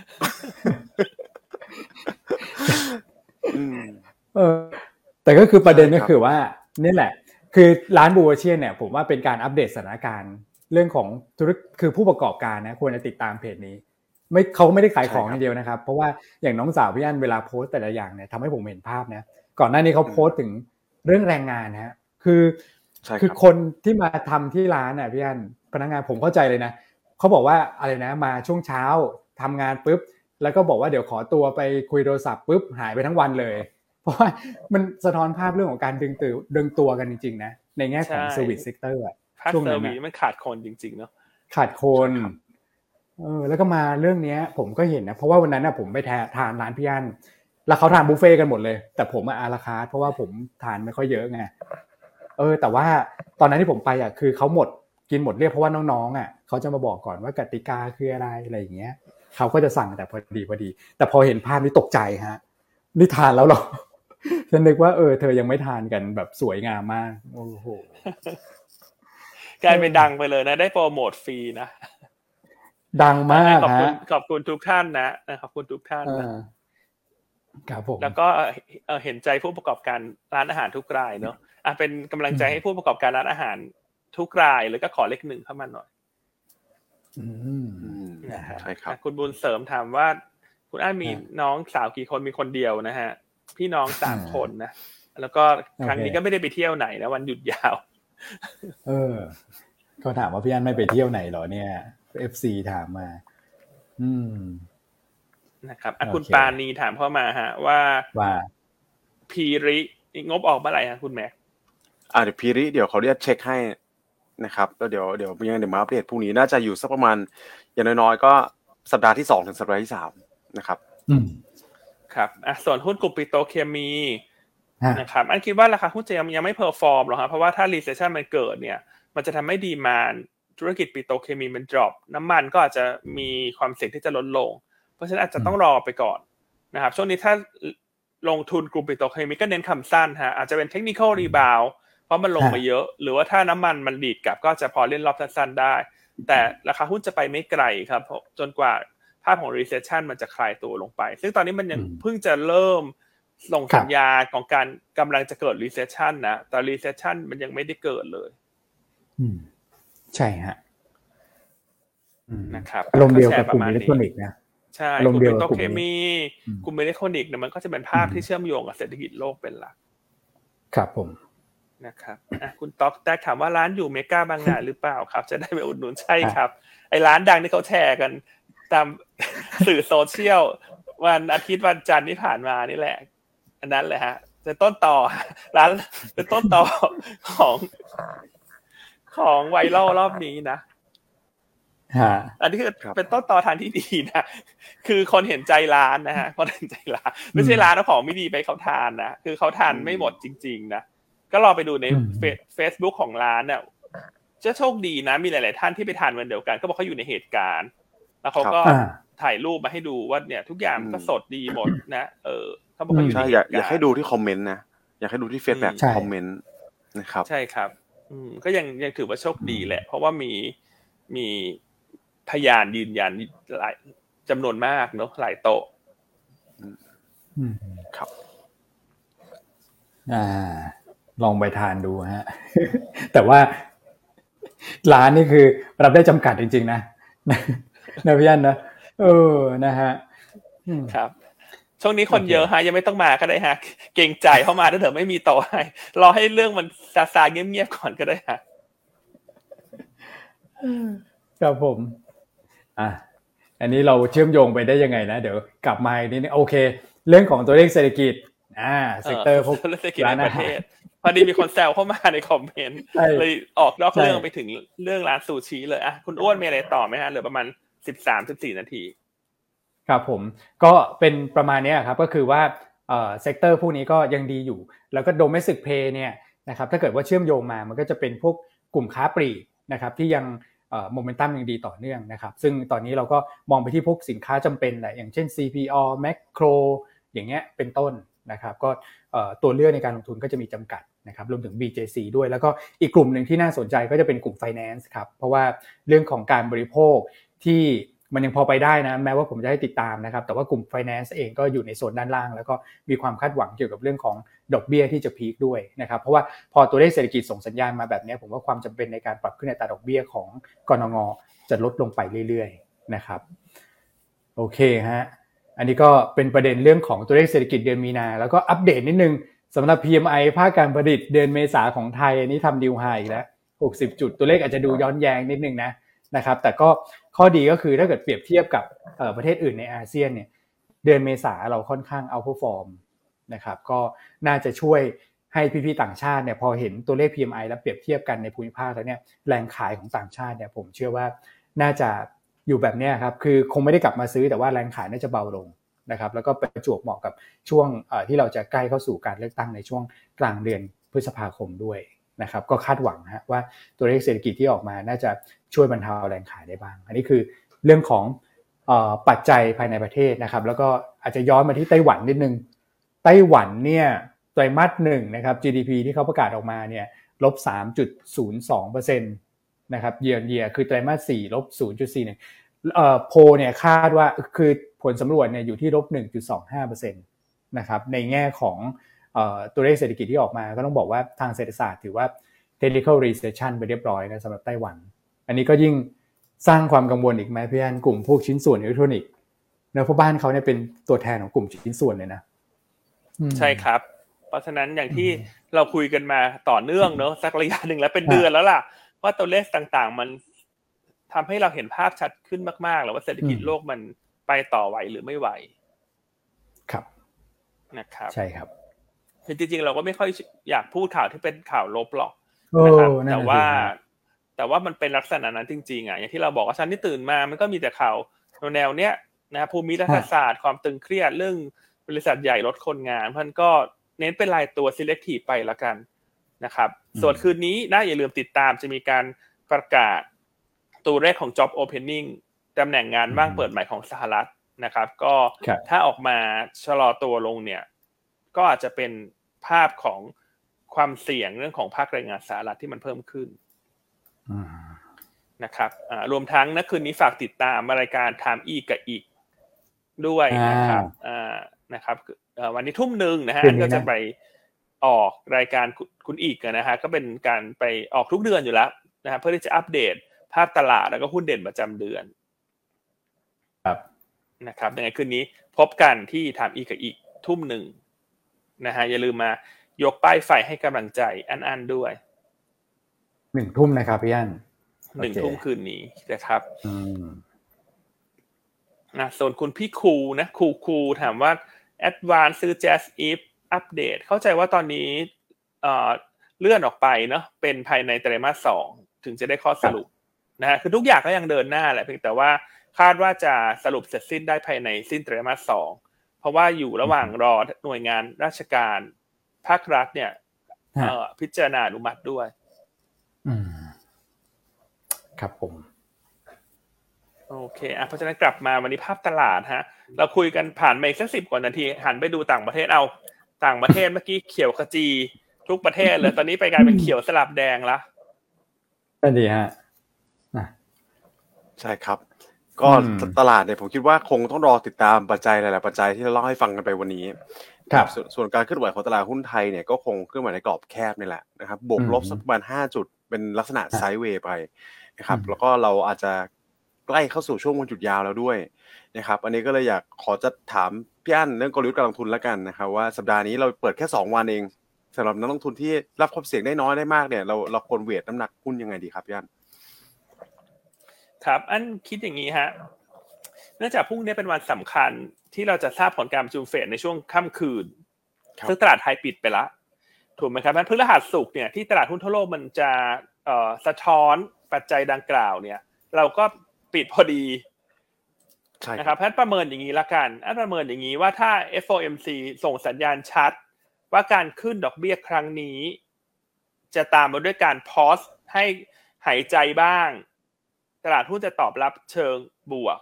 เออแต่ก็คือประเด็นก็คือว่านี่แหละคือร้านบูเชียนเนี่ยผมว่าเป็นการอัปเดตสถานการณ์เรื่องของธุรกิจคือผู้ประกอบการนะควรจะติดตามเพจนี้ไม่เขาไม่ได้ขายของอย่างเดียวนะครับเพราะว่าอย่างน้องสาวพี่อั้นเวลาโพสต์แต่ละอย่างเนี่ยทำให้ผมเห็นภาพนะก่อนหน้านี้เขาโพสต์ถึงเรื่องแรงงานนะฮะคือคือคนที่มาทำที่ร้านน่ะพี่อั้นพนักงานผมเข้าใจเลยนะเขาบอกว่าอะไรนะมาช่วงเช้าทำงานปุ๊บแล้วก็บอกว่าเดี๋ยวขอตัวไปคุยโทรศัพท์ปุ๊บหายไปทั้งวันเลยเพราะว่ามันสะท้อนภาพเรื่องของการดึงตัวดึงตัวกันจริงๆนะในแง่ของ service sector อ่ะช่วงนั้นมันขาดคนจริงๆเนาะขาดคนเออแล้วก็มาเรื่องนี้ผมก็เห็นนะเพราะว่าวันนั้นน่ะผมไปทานร้านพี่อั้นแล้วเขาทานบุฟเฟ่กันหมดเลยแต่ผมมาอาราคาร์ทเพราะว่าผมทานไม่ค่อยเยอะไงเออแต่ว่าตอนนั้นที่ผมไปอ่ะคือเขาหมดกินหมดเรียบเพราะว่าน้องๆอ่ะเขาจะมาบอกก่อนว่ากติกาคืออะไรอะไรอย่างเงี้ยเขาก็จะสั่งแต่พอดีพอดีแต่พอเห็นภาพนี้ตกใจฮะนี่ทานแล้วหรอฉันนึกว่าเออเธอยังไม่ทานกันแบบสวยงามมากโอ้โหกลายเป็นดังไปเลยนะได้โปรโมทฟรีนะดังมากขอบคุณฮะขอบคุณทุกท่านนะขอบคุณทุกท่านนะครับผมแล้วก็เห็นใจผู้ประกอบการร้านอาหารทุกรายเนาะอ่ะเป็นกำลังใจให้ผู้ประกอบการร้านอาหารทุกรายเลยก็ขอเลขหนึ่งเข้ามาหน่อยอืมใช่ครับคุณบุญเสริมถามว่าคุณอ้านมีน้องสาวกี่คนมีคนเดียวนะฮะพี่น้องสามคนนะแล้วก็ครั้งนี้ก็ไม่ได้ไปเที่ยวไหนนะวันหยุดยาวเออเขาถามว่าพี่อั้นไม่ไปเที่ยวไหนหรอเนี่ย เอฟ ซี ถามมาอืมนะครับคุณปานีถามเข้ามาฮะว่าว่าพีริงบออกเมื่อไหร่ฮะคุณแม็กอ่าเดี๋ยวพีริเดี๋ยวเขาเรียกเช็คให้นะครับแล้วเดี๋ยวเดี๋ยวยังเดี๋ยวมาอัปเดตพรุ่งนี้น่าจะอยู่สักประมาณอย่างน้อยๆก็สัปดาห์ที่สองถึงสัปดาห์ที่สามนะครับอืมครับอ่ะส่วนหุ้นกลุ่มปิโตรเคมีนะครับอันคิดว่าราคาหุ้นจะยังยังไม่เพอร์ฟอร์มหรอกครับเพราะว่าถ้า recession มันเกิดเนี่ยมันจะทำให้ดีมานด์ธุรกิจปิโตรเคมีมัน drop น้ำมันก็อาจจะมีความเสี่ยงที่จะลดลงเพราะฉะนั้นอาจจะต้องรอไปก่อนนะครับช่วงนี้ถ้าลงทุนกลุ่มปิโตรเคมีก็เน้นคำสั้นฮะอาจจะเป็น technical rebound เพราะมันลงมาเยอะหรือว่าถ้าน้ำมันมันดีดกลับก็จะพอเล่นรอบสั้นๆได้แต่ราคาหุ้นจะไปไม่ไกลครับจนกว่าภาพของ recession มันจะคลายตัวลงไปซึ่งตอนนี้มันยังเพิ่งจะเริ่มส่งสัญญาณของการกำลังจะเกิด recession นะแต่ recession มันยังไม่ได้เกิดเลยอืมใช่ฮะนะครับอารมณ์เดียวกับกลุ่มอิเล็กทรอนิกส์นะใช่กลุ่มปิโตรเคมีกลุ่มอิเล็กทรอนิกส์เนี่ยมันก็จะเป็นภาพที่เชื่อมโยงกับเศรษฐกิจโลกเป็นหลักครับผมนะครับอ่ะคุณต๊อกแต่ถามว่าร้านอยู่เมกาบางนาหรือเปล่าครับจะได้ไปอุดหนุนใช่ครับไอ้ร้านดังที่เขาแชร์กันตามสื่อโซเชียลวันอาทิตย์วันจันทร์ที่ผ่านมานี่แหละอันนั้นแหละฮะเป็นต้นต่อร้านเป็นต้นต่อของของไวรัลรอบนี้นะอันนี้คือเป็นต้นต่อทางที่ดีนะคือคนเห็นใจร้านนะฮะคนเห็นใจร้านไม่ใช่ร้านเอาของไม่ดีไปเขาทานนะคือเขาทานไม่หมดจริงๆนะก็รอไปดูใน Facebook ของร้านเนี่ยจะโชคดีนะมีหลายๆท่านที่ไปทานวันเดียวกันก็บอกเขาอยู่ในเหตุการณ์แล้วเขาก็ถ่ายรูปมาให้ดูว่าเนี่ยทุกอย่างก็สดดีหมดนะเออเขาบอกเขาอยู่ในเหตุการณ์อยากให้ดูที่คอมเมนต์นะอยากให้ดูที่ feedback คอมเมนต์นะครับใช่ครับอืมก็ยังยังถือว่าโชคดีแหละเพราะว่ามีมีพยานยืนยันหลายจำนวนมากเนอะหลายโต๊ะอืมครับอ่าลองไปทานดูฮะ แต่ว่าร้านนี่คือรับได้จำกัดจริงๆนะนะพี่อั้นนะเออนะฮะครับช่วงนี้คนเยอะฮะยังไม่ต้องมาก็ได้ฮะเกรงใจเข้ามาถ้าเถอะไม่มีโต๊ะให้รอให้เรื่องมันซาๆเงียบๆก่อนก็ได้ฮะครับผมอ่ะอันนี้เราเชื่อมโยงไปได้ยังไงนะเดี๋ยวกลับมาอีกนิดนึงโอเคเรื่องของตัวเลขเศรษฐกิจอ่าเซกเตอร์พวกร้านอาหารพอดีมีคนแซวเข้ามาในคอมเมนต์เลยออกนอกเรื่องไปถึงเรื่องร้านซูชิเลยอ่ะคุณอ้วนมีอะไรต่อไหมฮะเหลือประมาณ สิบสาม สิบสี่ นาทีครับผมก็เป็นประมาณนี้ครับก็คือว่าเอ่อเซกเตอร์พวกนี้ก็ยังดีอยู่แล้วก็โดเมสติกเพย์เนี่ยนะครับถ้าเกิดว่าเชื่อมโยงมามันก็จะเป็นพวกกลุ่มค้าปลีกนะครับที่ยังเอ่อโมเมนตัมยังดีต่อเนื่องนะครับซึ่งตอนนี้เราก็มองไปที่พวกสินค้าจำเป็นแหละอย่างเช่น ซี พี โอ Macro อย่างเงี้ยเป็นต้นนะครับก็เอ่อตัวเลือกในการลงทุนก็จะมีจำกัดนะครับรวมถึง บี เจ ซี ด้วยแล้วก็อีกกลุ่มนึงที่น่าสนใจก็จะเป็นกลุ่ม Finance ครับเพราะว่าเรื่องของการบริโภคที่มันยังพอไปได้นะแม้ว่าผมจะให้ติดตามนะครับแต่ว่ากลุ่ม Finance เองก็อยู่ในโซนด้านล่างแล้วก็มีความคาดหวังเกี่ยวกับเรื่องของดอกเบี้ยที่จะพีคด้วยนะครับเพราะว่าพอตัวเลขเศรษฐกิจส่งสัญญาณมาแบบนี้ผมว่าความจำเป็นในการปรับขึ้นอัตราดอกเบี้ยของกนง.จะลดลงไปเรื่อยๆนะครับโอเคฮะอันนี้ก็เป็นประเด็นเรื่องของตัวเลขเศรษฐกิจเดือนมีนาแล้วก็อัปเดตนิดนึงสำหรับ พี เอ็ม ไอ ภาคการผลิตเดือนเมษาของไทยอันนี้ทำนิวไฮอีกแล้วหกสิบจุดตัวเลขอาจจะดูย้อนแย้งนิดนึงนะนะครับแต่ก็ข้อดีก็คือถ้าเกิดเปรียบเทียบกับประเทศอื่นในอาเซียนเนี่ยเดือนเมษาเราค่อนข้างเอาท์เพอร์ฟอร์มนะครับก็น่าจะช่วยให้พี่ๆต่างชาติเนี่ยพอเห็นตัวเลข พี เอ็ม ไอ แล้วเปรียบเทียบกันในภูมิภาคแล้วเนี่ยแรงขายของต่างชาติเนี่ยผมเชื่อว่าน่าจะอยู่แบบนี้ครับคือคงไม่ได้กลับมาซื้อแต่ว่าแรงขายน่าจะเบาลงนะครับแล้วก็ประจวบเหมาะกับช่วงที่เราจะใกล้เข้าสู่การเลือกตั้งในช่วงกลางเดือนพฤษภาคมด้วยนะครับก็คาดหวังฮะว่าตัวเลขเศรษฐกิจที่ออกมาน่าจะช่วยบรรเทาแรงขายได้บ้างอันนี้คือเรื่องของเอ่อปัจจัยภายในประเทศนะครับแล้วก็อาจจะย้อนมาที่ไต้หวันนิดนึงไต้หวันเนี่ยไตรมาสหนึ่งนะครับ จี ดี พี ที่เขาประกาศออกมาเนี่ย ลบ สามจุดศูนย์สองเปอร์เซ็นต์ นะครับ year on year คือไตรมาสสี่ ลบ ศูนย์จุดสี่หนึ่ง เอ่อโพลเนี่ยคาดว่าคือผลสำรวจเนี่ยอยู่ที่ ลบ หนึ่งจุดสองห้าเปอร์เซ็นต์ นะครับในแง่ของเอ่อตัวเลขเศรษฐกิจที่ออกมาก็ต้องบอกว่าทางเศรษฐศาสตร์ถือว่า technical recession ไปเรียบร้อยนะสำหรับไต้หวันอันนี้ก็ยิ่งสร้างความกังวลอีกไหมพี่อันกลุ่มพวกชิ้นส่วนอิเล็กทรอนิกส์เนื่องเพราะบ้านเขาเนี่ยเป็นตัวแทนของกลุ่มชิ้นส่วนเลยนะใช่ครับเพราะฉะนั้นอย่างที่เราคุยกันมาต่อเนื่องเนอะสักระยะหนึ่งแล้วเป็นเดือนแล้วล่ะว่าตัวเลขต่างๆมันทำให้เราเห็นภาพชัดขึ้นมากๆแล้วว่าเศรษฐกิจโลกมันไปต่อไหวหรือไม่ไหวครับนะครับใช่ครับจริงๆเราก็ไม่ค่อยอยากพูดข่าวที่เป็นข่าวลบหรอกนะครับแต่ว่าแต่ว่ามันเป็นลักษณะนั้นจริงๆอ่ะอย่างที่เราบอกว่าฉันที่ตื่นมามันก็มีแต่ข่าวแนวเนี้ยนะภูมิรัฐศาสตร์ความตึงเครียดเรื่องบริษัทใหญ่ลดคนงานมันก็เน้นเป็นรายตัว selective ไปละกันนะครับส่วนคืนนี้นะอย่าลืมติดตามจะมีการประกาศตัวเลขของ job opening ตำแหน่งงานว่างเปิดใหม่ของสหรัฐนะครับก็ถ้าออกมาชะลอตัวลงเนี่ยก็อาจจะเป็นภาพของความเสี่ยงเรื่องของภาคแรงงานสหรัฐที่มันเพิ่มขึ้นนะครับรวมทั้งนะคืนนี้ฝากติดตามรายการ Time อีกกับอีกด้วยนะครับนะครับวันนี้ทุ่มนึงนะฮะก็จะไปออกรายการคุณอีกนะฮะก็เป็นการไปออกทุกเดือนอยู่แล้วนะฮะเพื่อที่จะอัปเดตภาพตลาดแล้วก็หุ้นเด่นประจำเดือนครับนะครับยังไงคืนนี้พบกันที่ Time อีกกับอีกทุ่มนึงนะฮะอย่าลืมมายกป้ายไฟให้กำลังใจอันๆด้วยหนึ่งทุ่มนะครับพี่อั้นหนึ่งทุ่มคืนนี้นะครับอืมนะส่วนคุณพี่ครูนะครูครูถามว่า Advance ซื้อ Jazz If อัปเดตเข้าใจว่าตอนนี้เอ่อเลื่อนออกไปเนาะเป็นภายในไตรมาสสองถึงจะได้ข้อสรุปนะฮะคือทุกอย่างก็ยังเดินหน้าแหละเพียงแต่ว่าคาดว่าจะสรุปเสร็จสิ้นได้ภายในสิ้นไตรมาสสองเพราะว่าอยู่ระหว่างรอหน่วยงานราชการภาครัฐเนี่ยเอ่อพิจารณาอนุมัติด้วยอืมครับผมโอเคอ่ะเพราะฉะนั้นกลับมาวันนี้ภาพตลาดฮะเราคุยกันผ่านมาอีกสักสิบกว่านาทีหันไปดูต่างประเทศเอาต่างประเทศเมื่อกี้เขียวขจีทุกประเทศเลยตอนนี้ไปกลายเป็นเขียวสลับแดงละนั่นดีฮะใช่ครับก็ตลาดเนี่ยผมคิดว่าคงต้องรอติดตามปัจจัยหลายๆปัจจัยที่เราเล่าให้ฟังกันไปวันนี้ครับส่วนการเคลื่อนไหวของตลาดหุ้นไทยเนี่ยก็คงเคลื่อนไหวในกรอบแคบนี่แหละนะครับบวกลบสักประมาณห้าจุดเป็นลักษณะไซด์เวย์ไปนะครับแล้วก็เราอาจจะใกล้เข้าสู่ช่วงวันหยุดยาวแล้วด้วยนะครับอันนี้ก็เลยอยากขอจะถามพี่อั้นเรื่องกลยุทธ์การลงทุนแล้วกันนะครับว่าสัปดาห์นี้เราเปิดแค่สองวันเองสำหรับนักลงทุนที่รับความเสี่ยงได้น้อยได้มากเนี่ยเราเราควรเวทน้ำหนักหุ้นยังไงดีครับพี่อั้นครับอันคิดอย่างนี้ฮะเนื่องจากพรุ่งนี้เป็นวันสำคัญที่เราจะทราบผลการประชุมเฟดในช่วงค่ำคืนซึ่งตลาดไทยปิดไปแล้วถูกไหมครับเพราะพฤหัสศุกร์เนี่ยที่ตลาดหุ้นทั่วโลกมันจะเอ่อสะท้อนปัจจัยดังกล่าวเนี่ยเราก็ปิดพอดีนะครับเพราะประเมินอย่างนี้ละกันอันประเมินอย่างนี้ว่าถ้า เอฟ โอ เอ็ม ซี ส่งสัญญาณชัดว่าการขึ้นดอกเบี้ยครั้งนี้จะตามมาด้วยการพอสให้หายใจบ้างตลาดหุ้นจะตอบรับเชิงบวก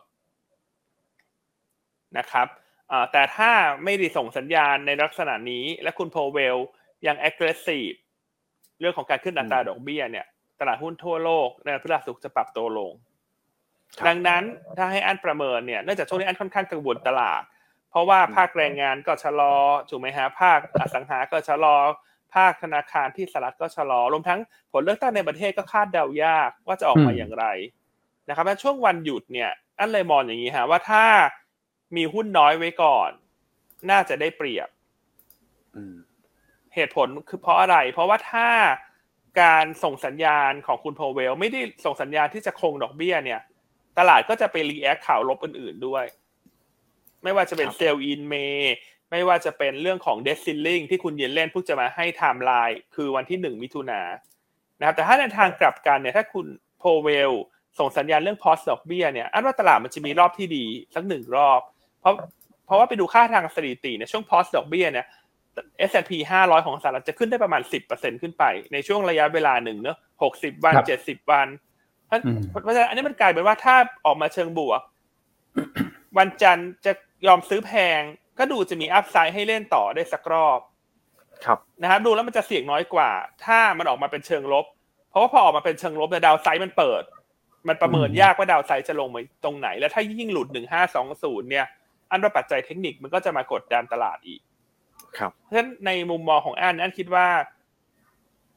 นะครับแต่ถ้าไม่ได้ส่งสัญญาณในลักษณะนี้และคุณโพเวลยัง aggressive เรื่องของการขึ้นอัตราดอกเบี้ยเนี่ยตลาดหุ้นทั่วโลกในพฤหัสศุกร์จะปรับตัวลงดังนั้นถ้าให้อันประเมินเนี่ยเนื่องจากช่วงนี้อันค่อนข้างกังวลตลาดเพราะว่าภาคแรงงานก็ชะลอถูกไหมฮะภาคอสังหาก็ชะลอภาคธนาคารที่สหรัฐก็ชะลอรวมทั้งผลเลือกตั้งในประเทศก็คาดเดายากว่าจะออกมาอย่างไรนะครับและช่วงวันหยุดเนี่ยอันเลยมองอย่างนี้ฮะว่าถ้ามีหุ้นน้อยไว้ก่อนน่าจะได้เปรียบเหตุผลคือเพราะอะไรเพราะว่าถ้าการส่งสัญญาณของคุณโพเวลไม่ได้ส่งสัญญาณที่จะคงดอกเบี้ยเนี่ยตลาดก็จะไปรีแอคข่าวลบอื่นๆด้วยไม่ว่าจะเป็นเซลล์อินเมย์ไม่ว่าจะเป็นเรื่องของเดทซิลลิ่งที่คุณเยนเล่นเพิ่งจะมาให้ไทม์ไลน์คือวันที่หนึ่งมิถุนายนนะครับแต่ถ้าในทางกลับกันเนี่ยถ้าคุณโพเวลส่งสัญญาณเรื่องพอสดอกเบี้ยเนี่ยอันว่าตลาดมันจะมีรอบที่ดีสักหนึ่งรอบเพราะเพราะว่าไปดูค่าทางสถิติเนี่ยช่วงพอสดอกเบี้ยเนี่ย เอส แอนด์ พี ห้าร้อยของสหรัฐจะขึ้นได้ประมาณ สิบเปอร์เซ็นต์ ขึ้นไปในช่วงระยะเวลาหนึ่งเนอะหกสิบวันเจ็ดสิบวันเพราะเพราะฉะนั้นอันนี้มันกลายเป็นว่าถ้าออกมาเชิงบวกวันจันทร์จะยอมซื้อแพงก็ดูจะมีอัพไซด์ให้เล่นต่อได้สักรอบครับนะครับดูแล้วมันจะเสี่ยงน้อยกว่าถ้ามันออกมาเป็นเชิงลบเพราะว่าพอออกมาเป็นเชิงลบเนี่ยดาวไซด์มันเปิดมันประเมินยากว่าดาวไซด์จะลงมาตรงไหนแล้วถ้ายิ่งหลุดหนึ่งพันห้าร้อยยี่สิบเนี่ยอันว่าปัจจัยเทคนิคมันก็จะมากดดันตลาดอีกครับเพราะฉะนั้นในมุมมองของอันอันคิดว่า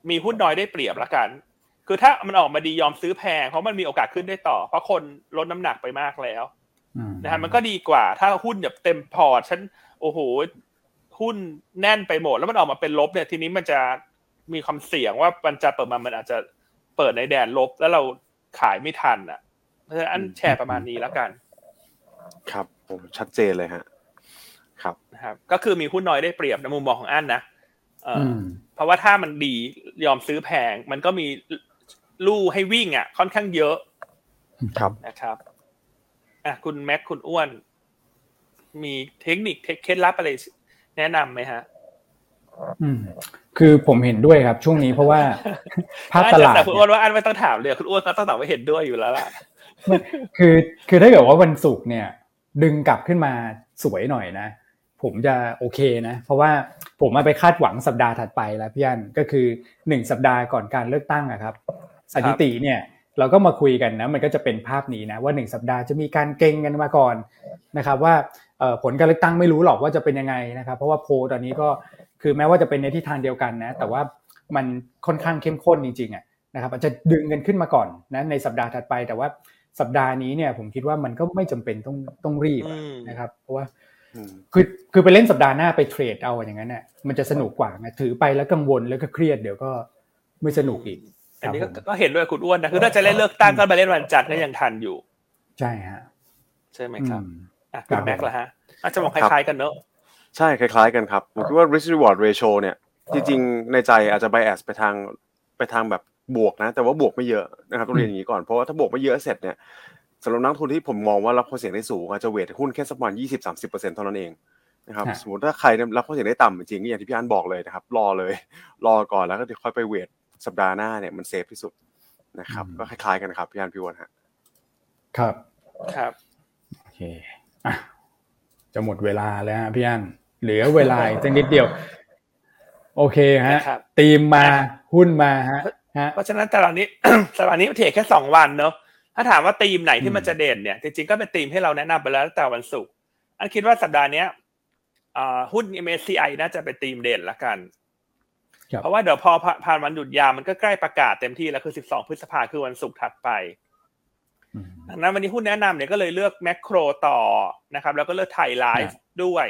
มีหุ้นน้อยได้เปรียบละกันคือถ้ามันออกมาดียอมซื้อแพงเพราะมันมีโอกาสขึ้นได้ต่อเพราะคนลดน้ำหนักไปมากแล้วนะฮะมันก็ดีกว่าถ้าหุ้นแบบเต็มพอร์ตฉันโอ้โหหุ้นแน่นไปหมดแล้วมันออกมาเป็นลบเนี่ยทีนี้มันจะมีความเสี่ยงว่ามันจะเปิดมามันอาจจะเปิดในแดนลบแล้วเราขายไม่ทันอ่ะเพราะฉะนั้นแชร์ประมาณนี้แล้วกันครับผมชัดเจนเลยฮะครับนะครับก็คือมีหุ้นน้อยได้เปรียบในมุมมองของอันนะเออเพราะว่าถ้ามันดียอมซื้อแพงมันก็มีลู่ให้วิ่งอ่ะค่อนข้างเยอะครับนะครับอ่ะคุณแม็กคุณอ้วนมีเทคนิคเคล็ดลับอะไรแนะนำไหมฮะอืมคือผมเห็นด้วยครับช่วงนี้เพราะว่าภาพตลาดแต่คุณอ้วนว่าอันไม่ต้องถามเลยคุณอ้วนต้องตอบว่าเห็นด้วยอยู่แล้วล่ะคือคือถ้าเกิดว่าวันศุกร์เนี่ยดึงกลับขึ้นมาสวยหน่อยนะผมจะโอเคนะเพราะว่าผมมาไปคาดหวังสัปดาห์ถัดไปแล้วพี่อั้นก็คือหนึ่งสัปดาห์ก่อนการเลือกตั้งอะครับสถิติเนี่ยเราก็มาคุยกันนะมันก็จะเป็นภาพนี้นะว่าหนึ่งสัปดาห์จะมีการเก็งกันมาก่อนนะครับว่าเอ่อผลการเลือกตั้งไม่รู้หรอกว่าจะเป็นยังไงนะครับเพราะว่าโพลตอนนี้ก็คือแม้ว่าจะเป็นในทิศทางเดียวกันนะแต่ว่ามันค่อนข้างเข้มข้นจริงๆอ่ะนะครับอาจจะดึงกันขึ้นมาก่อนนะในสัปดาห์ถัดไปแต่ว่าสัปดาห์นี้เนี่ยผมคิดว่ามันก็ไม่จำเป็นต้องต้องรีบนะครับเพราะว่าคือคือไปเล่นสัปดาห์หน้าไปเทรดเอาอย่างนั้นน่ะมันจะสนุกกว่าไงถือไปแล้วกังวลแล้วก็เครียดเดี๋ยวก็ไม่สนุกอีกอันนี้ก็เห็นด้วยคุณอ้วนนะคือถ้าจะเล่นเลือกตั้งก็ไปเล่นวันจันทร์ก็ยังทันอยู่ใช่ฮะใช่ไหมครับอ่ะคุณแม็กซ์ล่ะฮะอาจจะมองคล้ายๆกันเนอะใช่คล้ายๆกันครับผมคิดว่า risk reward ratio เนี่ยจริงๆในใจอาจจะ bias ไปทางไปทางแบบบวกนะแต่ว่าบวกไม่เยอะนะครับต้องเรียนอย่างนี้ก่อนเพราะว่าถ้าบวกไม่เยอะเสร็จเนี่ยสำหรับนักทุนที่ผมมองว่ารับความเสี่ยงได้สูงอาจจะเวทหุ้นแค่สักประมาณ ยี่สิบถึงสามสิบเปอร์เซ็นต์ เท่านั้นเองนะครับสมมติถ้าใครรับความเสี่ยงได้ต่ำจริงๆอย่างที่พี่อั้นบอกเลยนะครับรอเลยรอก่อนแล้วก็เดี๋ยวค่อยไปเวทสัปดาห์หน้าเนี่ยมันเซฟที่สุดนะครับก็คล้ายๆกันครับพี่อั้นพี่อ้วนฮะครับครับโอเคอ่ะจะหมดเวลาแล้วฮะพี่อั้นเหลือเวลาอีกนิดเดียวโอเคฮะทีมมาหุ้นมาฮะเพราะฉะนั้นตลาดนี้ ตลาดนี้เทรดแค่สองวันเนอะถ้าถามว่าทีมไหนที่มันจะเด่นเนี่ยจริงๆก็เป็นทีมที่เราแนะนำไปแล้วตั้งแต่วันศุกร์อันคิดว่าสัปดาห์นี้หุ้น เอ็ม เอส ซี ไอ น่าจะเป็นทีมเด่นละกันเพราะว่าเดี๋ยวพอผ่านวันหยุดยาวมันก็ใกล้ประกาศเต็มที่แล้วคือสิบสองพฤษภาคมคือวันศุกร์ถัดไปดังนั้นวันนี้หุ้นแนะนำเนี่ยก็เลยเลือกแมคโครต่อนะครับแล้วก็เลือกไทยไลฟ์ด้วย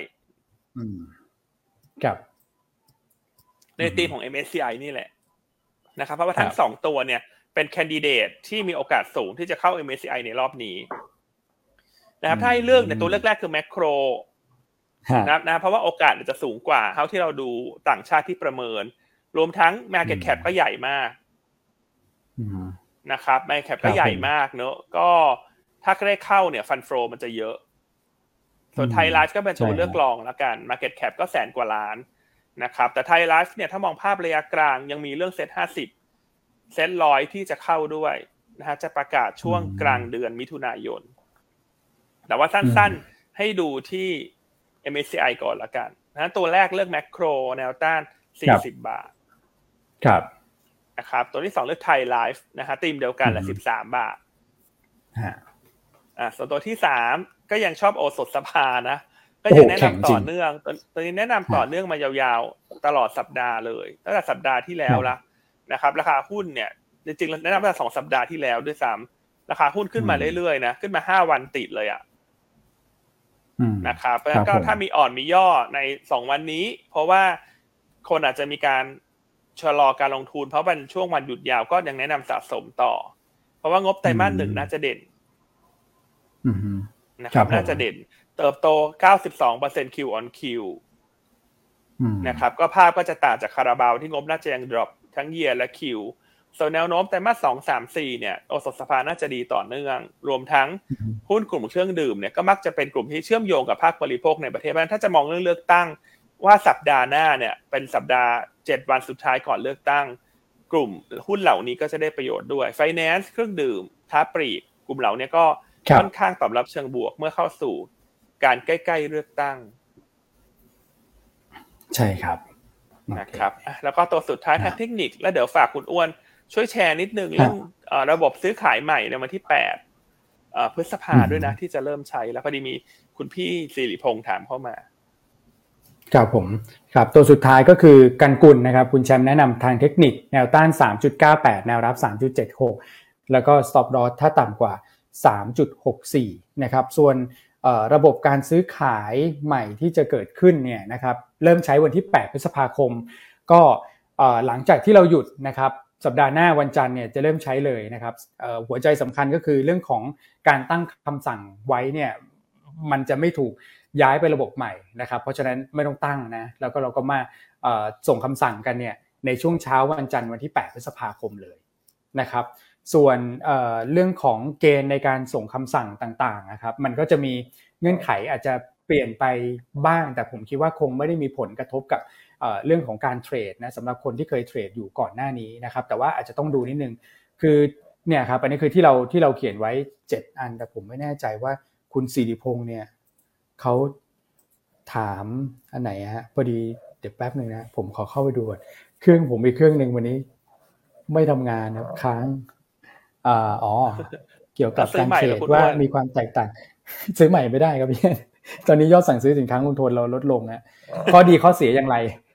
ครับในทีมของ เอ็ม เอส ซี ไอ นี่แหละนะครับเพราะว่าทั้งสองตัวเนี่ยเป็นแคนดิเดตที่มีโอกาสสูงที่จะเข้า เอ็ม เอส ซี ไอ ในรอบนี้นะครับถ้าให้เลือกในตัวเลือกแรกคือแมคโครนะครับนะเพราะว่าโอกาสจะสูงกว่าเท่าที่เราดูต่างชาติที่ประเมินรวมทั้ง market cap ก็ใหญ่มากนะครับ market cap ก็ใหญ่มากเนอะก็ถ้าได้เข้าเนี่ยฟันโฟลมันจะเยอะส่วนไทยไลฟ์ก็เป็นตัวเลือกรองแล้วกัน market cap ก็แสนกว่าล้านนะครับแต่ไทยไลฟ์เนี่ยถ้ามองภาพระยะกลางยังมีเรื่องเซ็ตห้าสิบเซ็ตร้อยที่จะเข้าด้วยนะฮะจะประกาศช่วงกลางเดือนมิถุนายนแต่ว่าสั้นๆให้ดูที่ เอ็ม เอส ซี ไอ ก่อนละกันนะตัวแรกเลือกแมคโครแนวต้านสี่สิบบาทครับนะครับตัวที่สองเลือกไทยไลฟ์นะฮะธีมเดียวกันละสิบสามบาทฮะอ่าส่วนตัวที่สามก็ยังชอบโอสถสภานะก็ยังแนะนำต่อเนื่องตัวนี้แนะนำต่อเนื่องมายาวๆตลอดสัปดาห์เลยตั้งแต่สัปดาห์ที่แล้วละนะครับราคาหุ้นเนี่ยจริงๆแนะนำตั้งแต่สองสัปดาห์ที่แล้วด้วยซ้ำราคาหุ้นขึ้นมาเรื่อยๆนะขึ้นมาห้าวันติดเลยอ่ะนะครับแล้วก็ถ้ามีอ่อนมีย่อในสองวันนี้เพราะว่าคนอาจจะมีการชะลอการลงทุนเพราะเป็นช่วงวันหยุดยาวก็ยังแนะนำสะสมต่อเพราะว่างบไตรมาสหนึ่งน่าจะเด่นนะครับน่าจะเด่นเติบโต เก้าสิบสองเปอร์เซ็นต์ Q on Q นะครับก็ภาพก็จะต่างจากคาราบาวที่งบน่าจะยัง drop ทั้ง year และ Q ส่วนแนวโน้มไตรมาสสอง สาม สี่เนี่ยโอสถสภาน่าจะดีต่อเนื่องรวมทั้งหุ้นกลุ่มเครื่องดื่มเนี่ยก็มักจะเป็นกลุ่มที่เชื่อมโยงกับภาคบริโภคในประเทศเพราะฉะนั้นถ้าจะมองเรื่องเลือกตั้งว่าสัปดาห์หน้าเนี่ยเป็นสัปดาห์เจ็ดวันสุดท้ายก่อนเลือกตั้งกลุ่มหุ้นเหล่านี้ก็จะได้ประโยชน์ด้วย Finance เครื่องดื่มค้าปลีกกลุ่มเหล่านี้ก็ค่อนข้างตอบรับเชิงบวกเมื่อเข้าสู่การใกล้ๆเลือกตั้งใช่ครับนะครับแล้วก็ตัวสุดท้ายทางเทคนิคแล้วเดี๋ยวฝากคุณอ้วนช่วยแชร์นิดนึงเรื่องระบบซื้อขายใหม่ในวันที่แปดพฤษภาด้วยนะที่จะเริ่มใช้แล้วพอดีมีคุณพี่สิริพงษ์ถามเข้ามาครับผมครับตัวสุดท้ายก็คือกันกุลนะครับคุณแชมป์แนะนำทางเทคนิคแนวต้าน สามจุดเก้าแปด แนวรับ สามจุดเจ็ดหก แล้วก็ stop loss ถ้าต่ำกว่า สามจุดหกสี่ นะครับส่วนระบบการซื้อขายใหม่ที่จะเกิดขึ้นเนี่ยนะครับเริ่มใช้วันที่แปดพฤษภาคมก็หลังจากที่เราหยุดนะครับสัปดาห์หน้าวันจันทร์เนี่ยจะเริ่มใช้เลยนะครับหัวใจสำคัญก็คือเรื่องของการตั้งคำสั่งไว้เนี่ยมันจะไม่ถูกย้ายไประบบใหม่นะครับเพราะฉะนั้นไม่ต้องตั้งนะแล้วก็เราก็มาส่งคำสั่งกันเนี่ยในช่วงเช้าวันจันทร์วันที่แปดพฤษภาคมเลยนะครับส่วนเอ่อเรื่องของเกณฑ์ในการส่งคำสั่งต่างๆนะครับมันก็จะมีเงื่อนไขอาจจะเปลี่ยนไปบ้างแต่ผมคิดว่าคงไม่ได้มีผลกระทบกับเอ่อเรื่องของการเทรดนะสำหรับคนที่เคยเทรดอยู่ก่อนหน้านี้นะครับแต่ว่าอาจจะต้องดูนิดนึงคือเนี่ยครับอันนี้คือที่เราที่เราเขียนไว้เจ็ดอันแต่ผมไม่แน่ใจว่าคุณศิริพงษ์เนี่ยเขาถามอันไหนฮะพอดีเดี๋ยวแป๊บนึงนะผมขอเข้าไปดูก่อนเครื่องผมมีเครื่องนึงวันนี้ไม่ทำงานครับค้างอ่าอ๋อเกี่ยวกับการเทรดว่ามีความแตกต่างซื้อใหม่ไม่ได้ครับพี่ตอนนี้ยอดสั่งซื้อสินค้าคงทนเราลดลงฮะข้อดีข้อเสียอย่างไร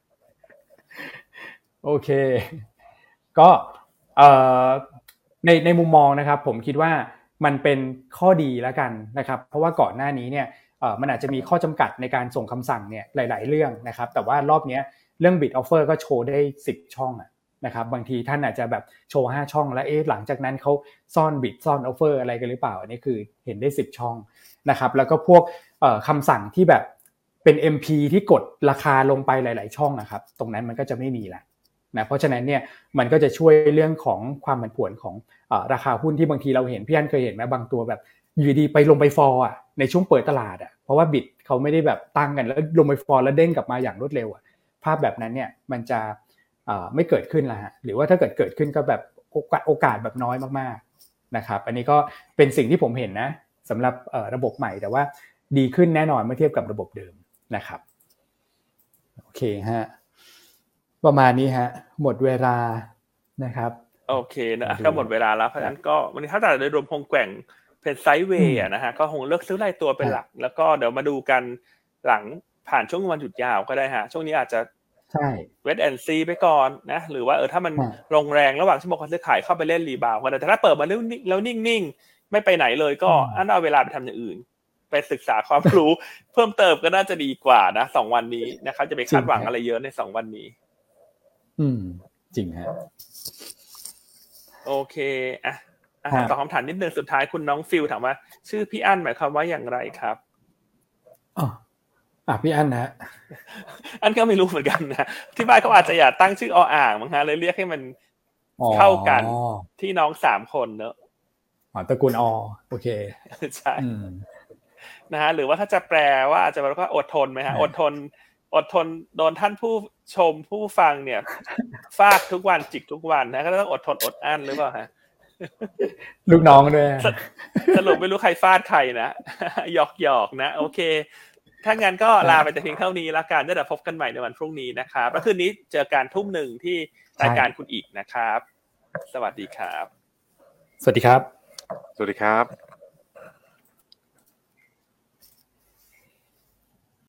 โอเคก็เอ่อในในมุมมองนะครับผมคิดว่ามันเป็นข้อดีแล้วกันนะครับเพราะว่าก่อนหน้านี้เนี่ยเอ่อมันอาจจะมีข้อจำกัดในการส่งคำสั่งเนี่ยหลายๆเรื่องนะครับแต่ว่ารอบนี้เรื่อง bid offer ก็โชว์ได้สิบช่องอ่ะนะครับบางทีท่านอาจจะแบบโชว์ห้าช่องแล้วเอ๊ะหลังจากนั้นเขาซ่อน bid ซ่อน offer อะไรกันหรือเปล่าอันนี้คือเห็นได้สิบช่องนะครับแล้วก็พวกเอ่อคำสั่งที่แบบเป็น เอ็ม พี ที่กดราคาลงไปหลายๆช่องนะครับตรงนั้นมันก็จะไม่มีละนะเพราะฉะนั้นเนี่ยมันก็จะช่วยเรื่องของความผันผวนของเอ่อราคาหุ้นที่บางทีเราเห็นพี่อั้นเคยเห็นไหมบางตัวแบบอยู่ดีไปลงไปฟอลอ่ะในช่วงเปิดตลาดอ่ะเพราะว่าบิดเขาไม่ได้แบบตั้งกันแล้วลงไปฟอลแล้วเด้งกลับมาอย่างรวดเร็วอ่ะภาพแบบนั้นเนี่ยมันจะเอ่อไม่เกิดขึ้นละฮะหรือว่าถ้าเกิดเกิดขึ้นก็แบบโอกาสโอกาสแบบน้อยมากๆนะครับอันนี้ก็เป็นสิ่งที่ผมเห็นนะสำหรับเอ่อระบบใหม่แต่ว่าดีขึ้นแน่นอนเมื่อเทียบกับระบบเดิมนะครับโอเคฮะประมาณนี้ฮะหมดเวลานะครับโอเคนะก็หมดเวลาแล้วเพราะฉะนั้นก็วันนี้ถ้าแต่โดยรวมคงแกว่งเป็นไซด์เวย์นะฮะก็คงเลือกซื้อรายตัวเป็นหลักแล้วก็เดี๋ยวมาดูกันหลังผ่านช่วงวันหยุดยาวก็ได้ฮะช่วงนี้อาจจะใช่เวทแอนด์ซีไปก่อนนะหรือว่าเออถ้ามันลงแรงระหว่างชั่วโมงการซื้อขายเข้าไปเล่นรีบาวก็ได้แต่ถ้าเปิดมาแล้วนิ่งๆไม่ไปไหนเลยก็อันเอาเวลาไปทำอย่างอื่นไปศึกษาความรู้เพิ่มเติมก็น่าจะดีกว่านะสองวันนี้นะครับจะไปคาดหวังอะไรเยอะในสองวันนี้อืมจริงฮะโอเคอ่ะอ่ะตอบคำถามนิดนึงสุดท้ายคุณน้องฟิลถามว่าชื่อพี่อั้นหมายความว่าอย่างไรครับอ๋ออ่ะพี่อั้นนะอั้นก็ไม่รู้เหมือนกันนะที่บ้านเขาอาจจะอยากตั้งชื่อออ่างมั้งฮะเลยเรียกให้มันเข้ากันที่น้องสามคนเนอะอ๋อตระกูลอโอเคใช่นะฮะหรือว่าถ้าจะแปลว่าอาจจะแปลว่าอดทนไหมฮะอดทนอดทนโดนท่านผู้ชมผู้ฟังเนี่ยฟาดทุกวันจิกทุกวันนะก็ต้องอดทนอดอั้นหรือเปล่าฮะลูกน้องด้วยสรุปไม่รู้ใครฟาดใครนะหยอกหยอกนะโอเคถ้างั้นก็ลาไปแต่เพียงเท่านี้ละกันแล้วเดี๋ยวพบกันใหม่ในวันพรุ่งนี้นะครับแล้วคืนนี้เจอกันทุ่มหนึ่งที่รายการคุณอีกนะครับสวัสดีครับสวัสดีครับสวัสดีครับ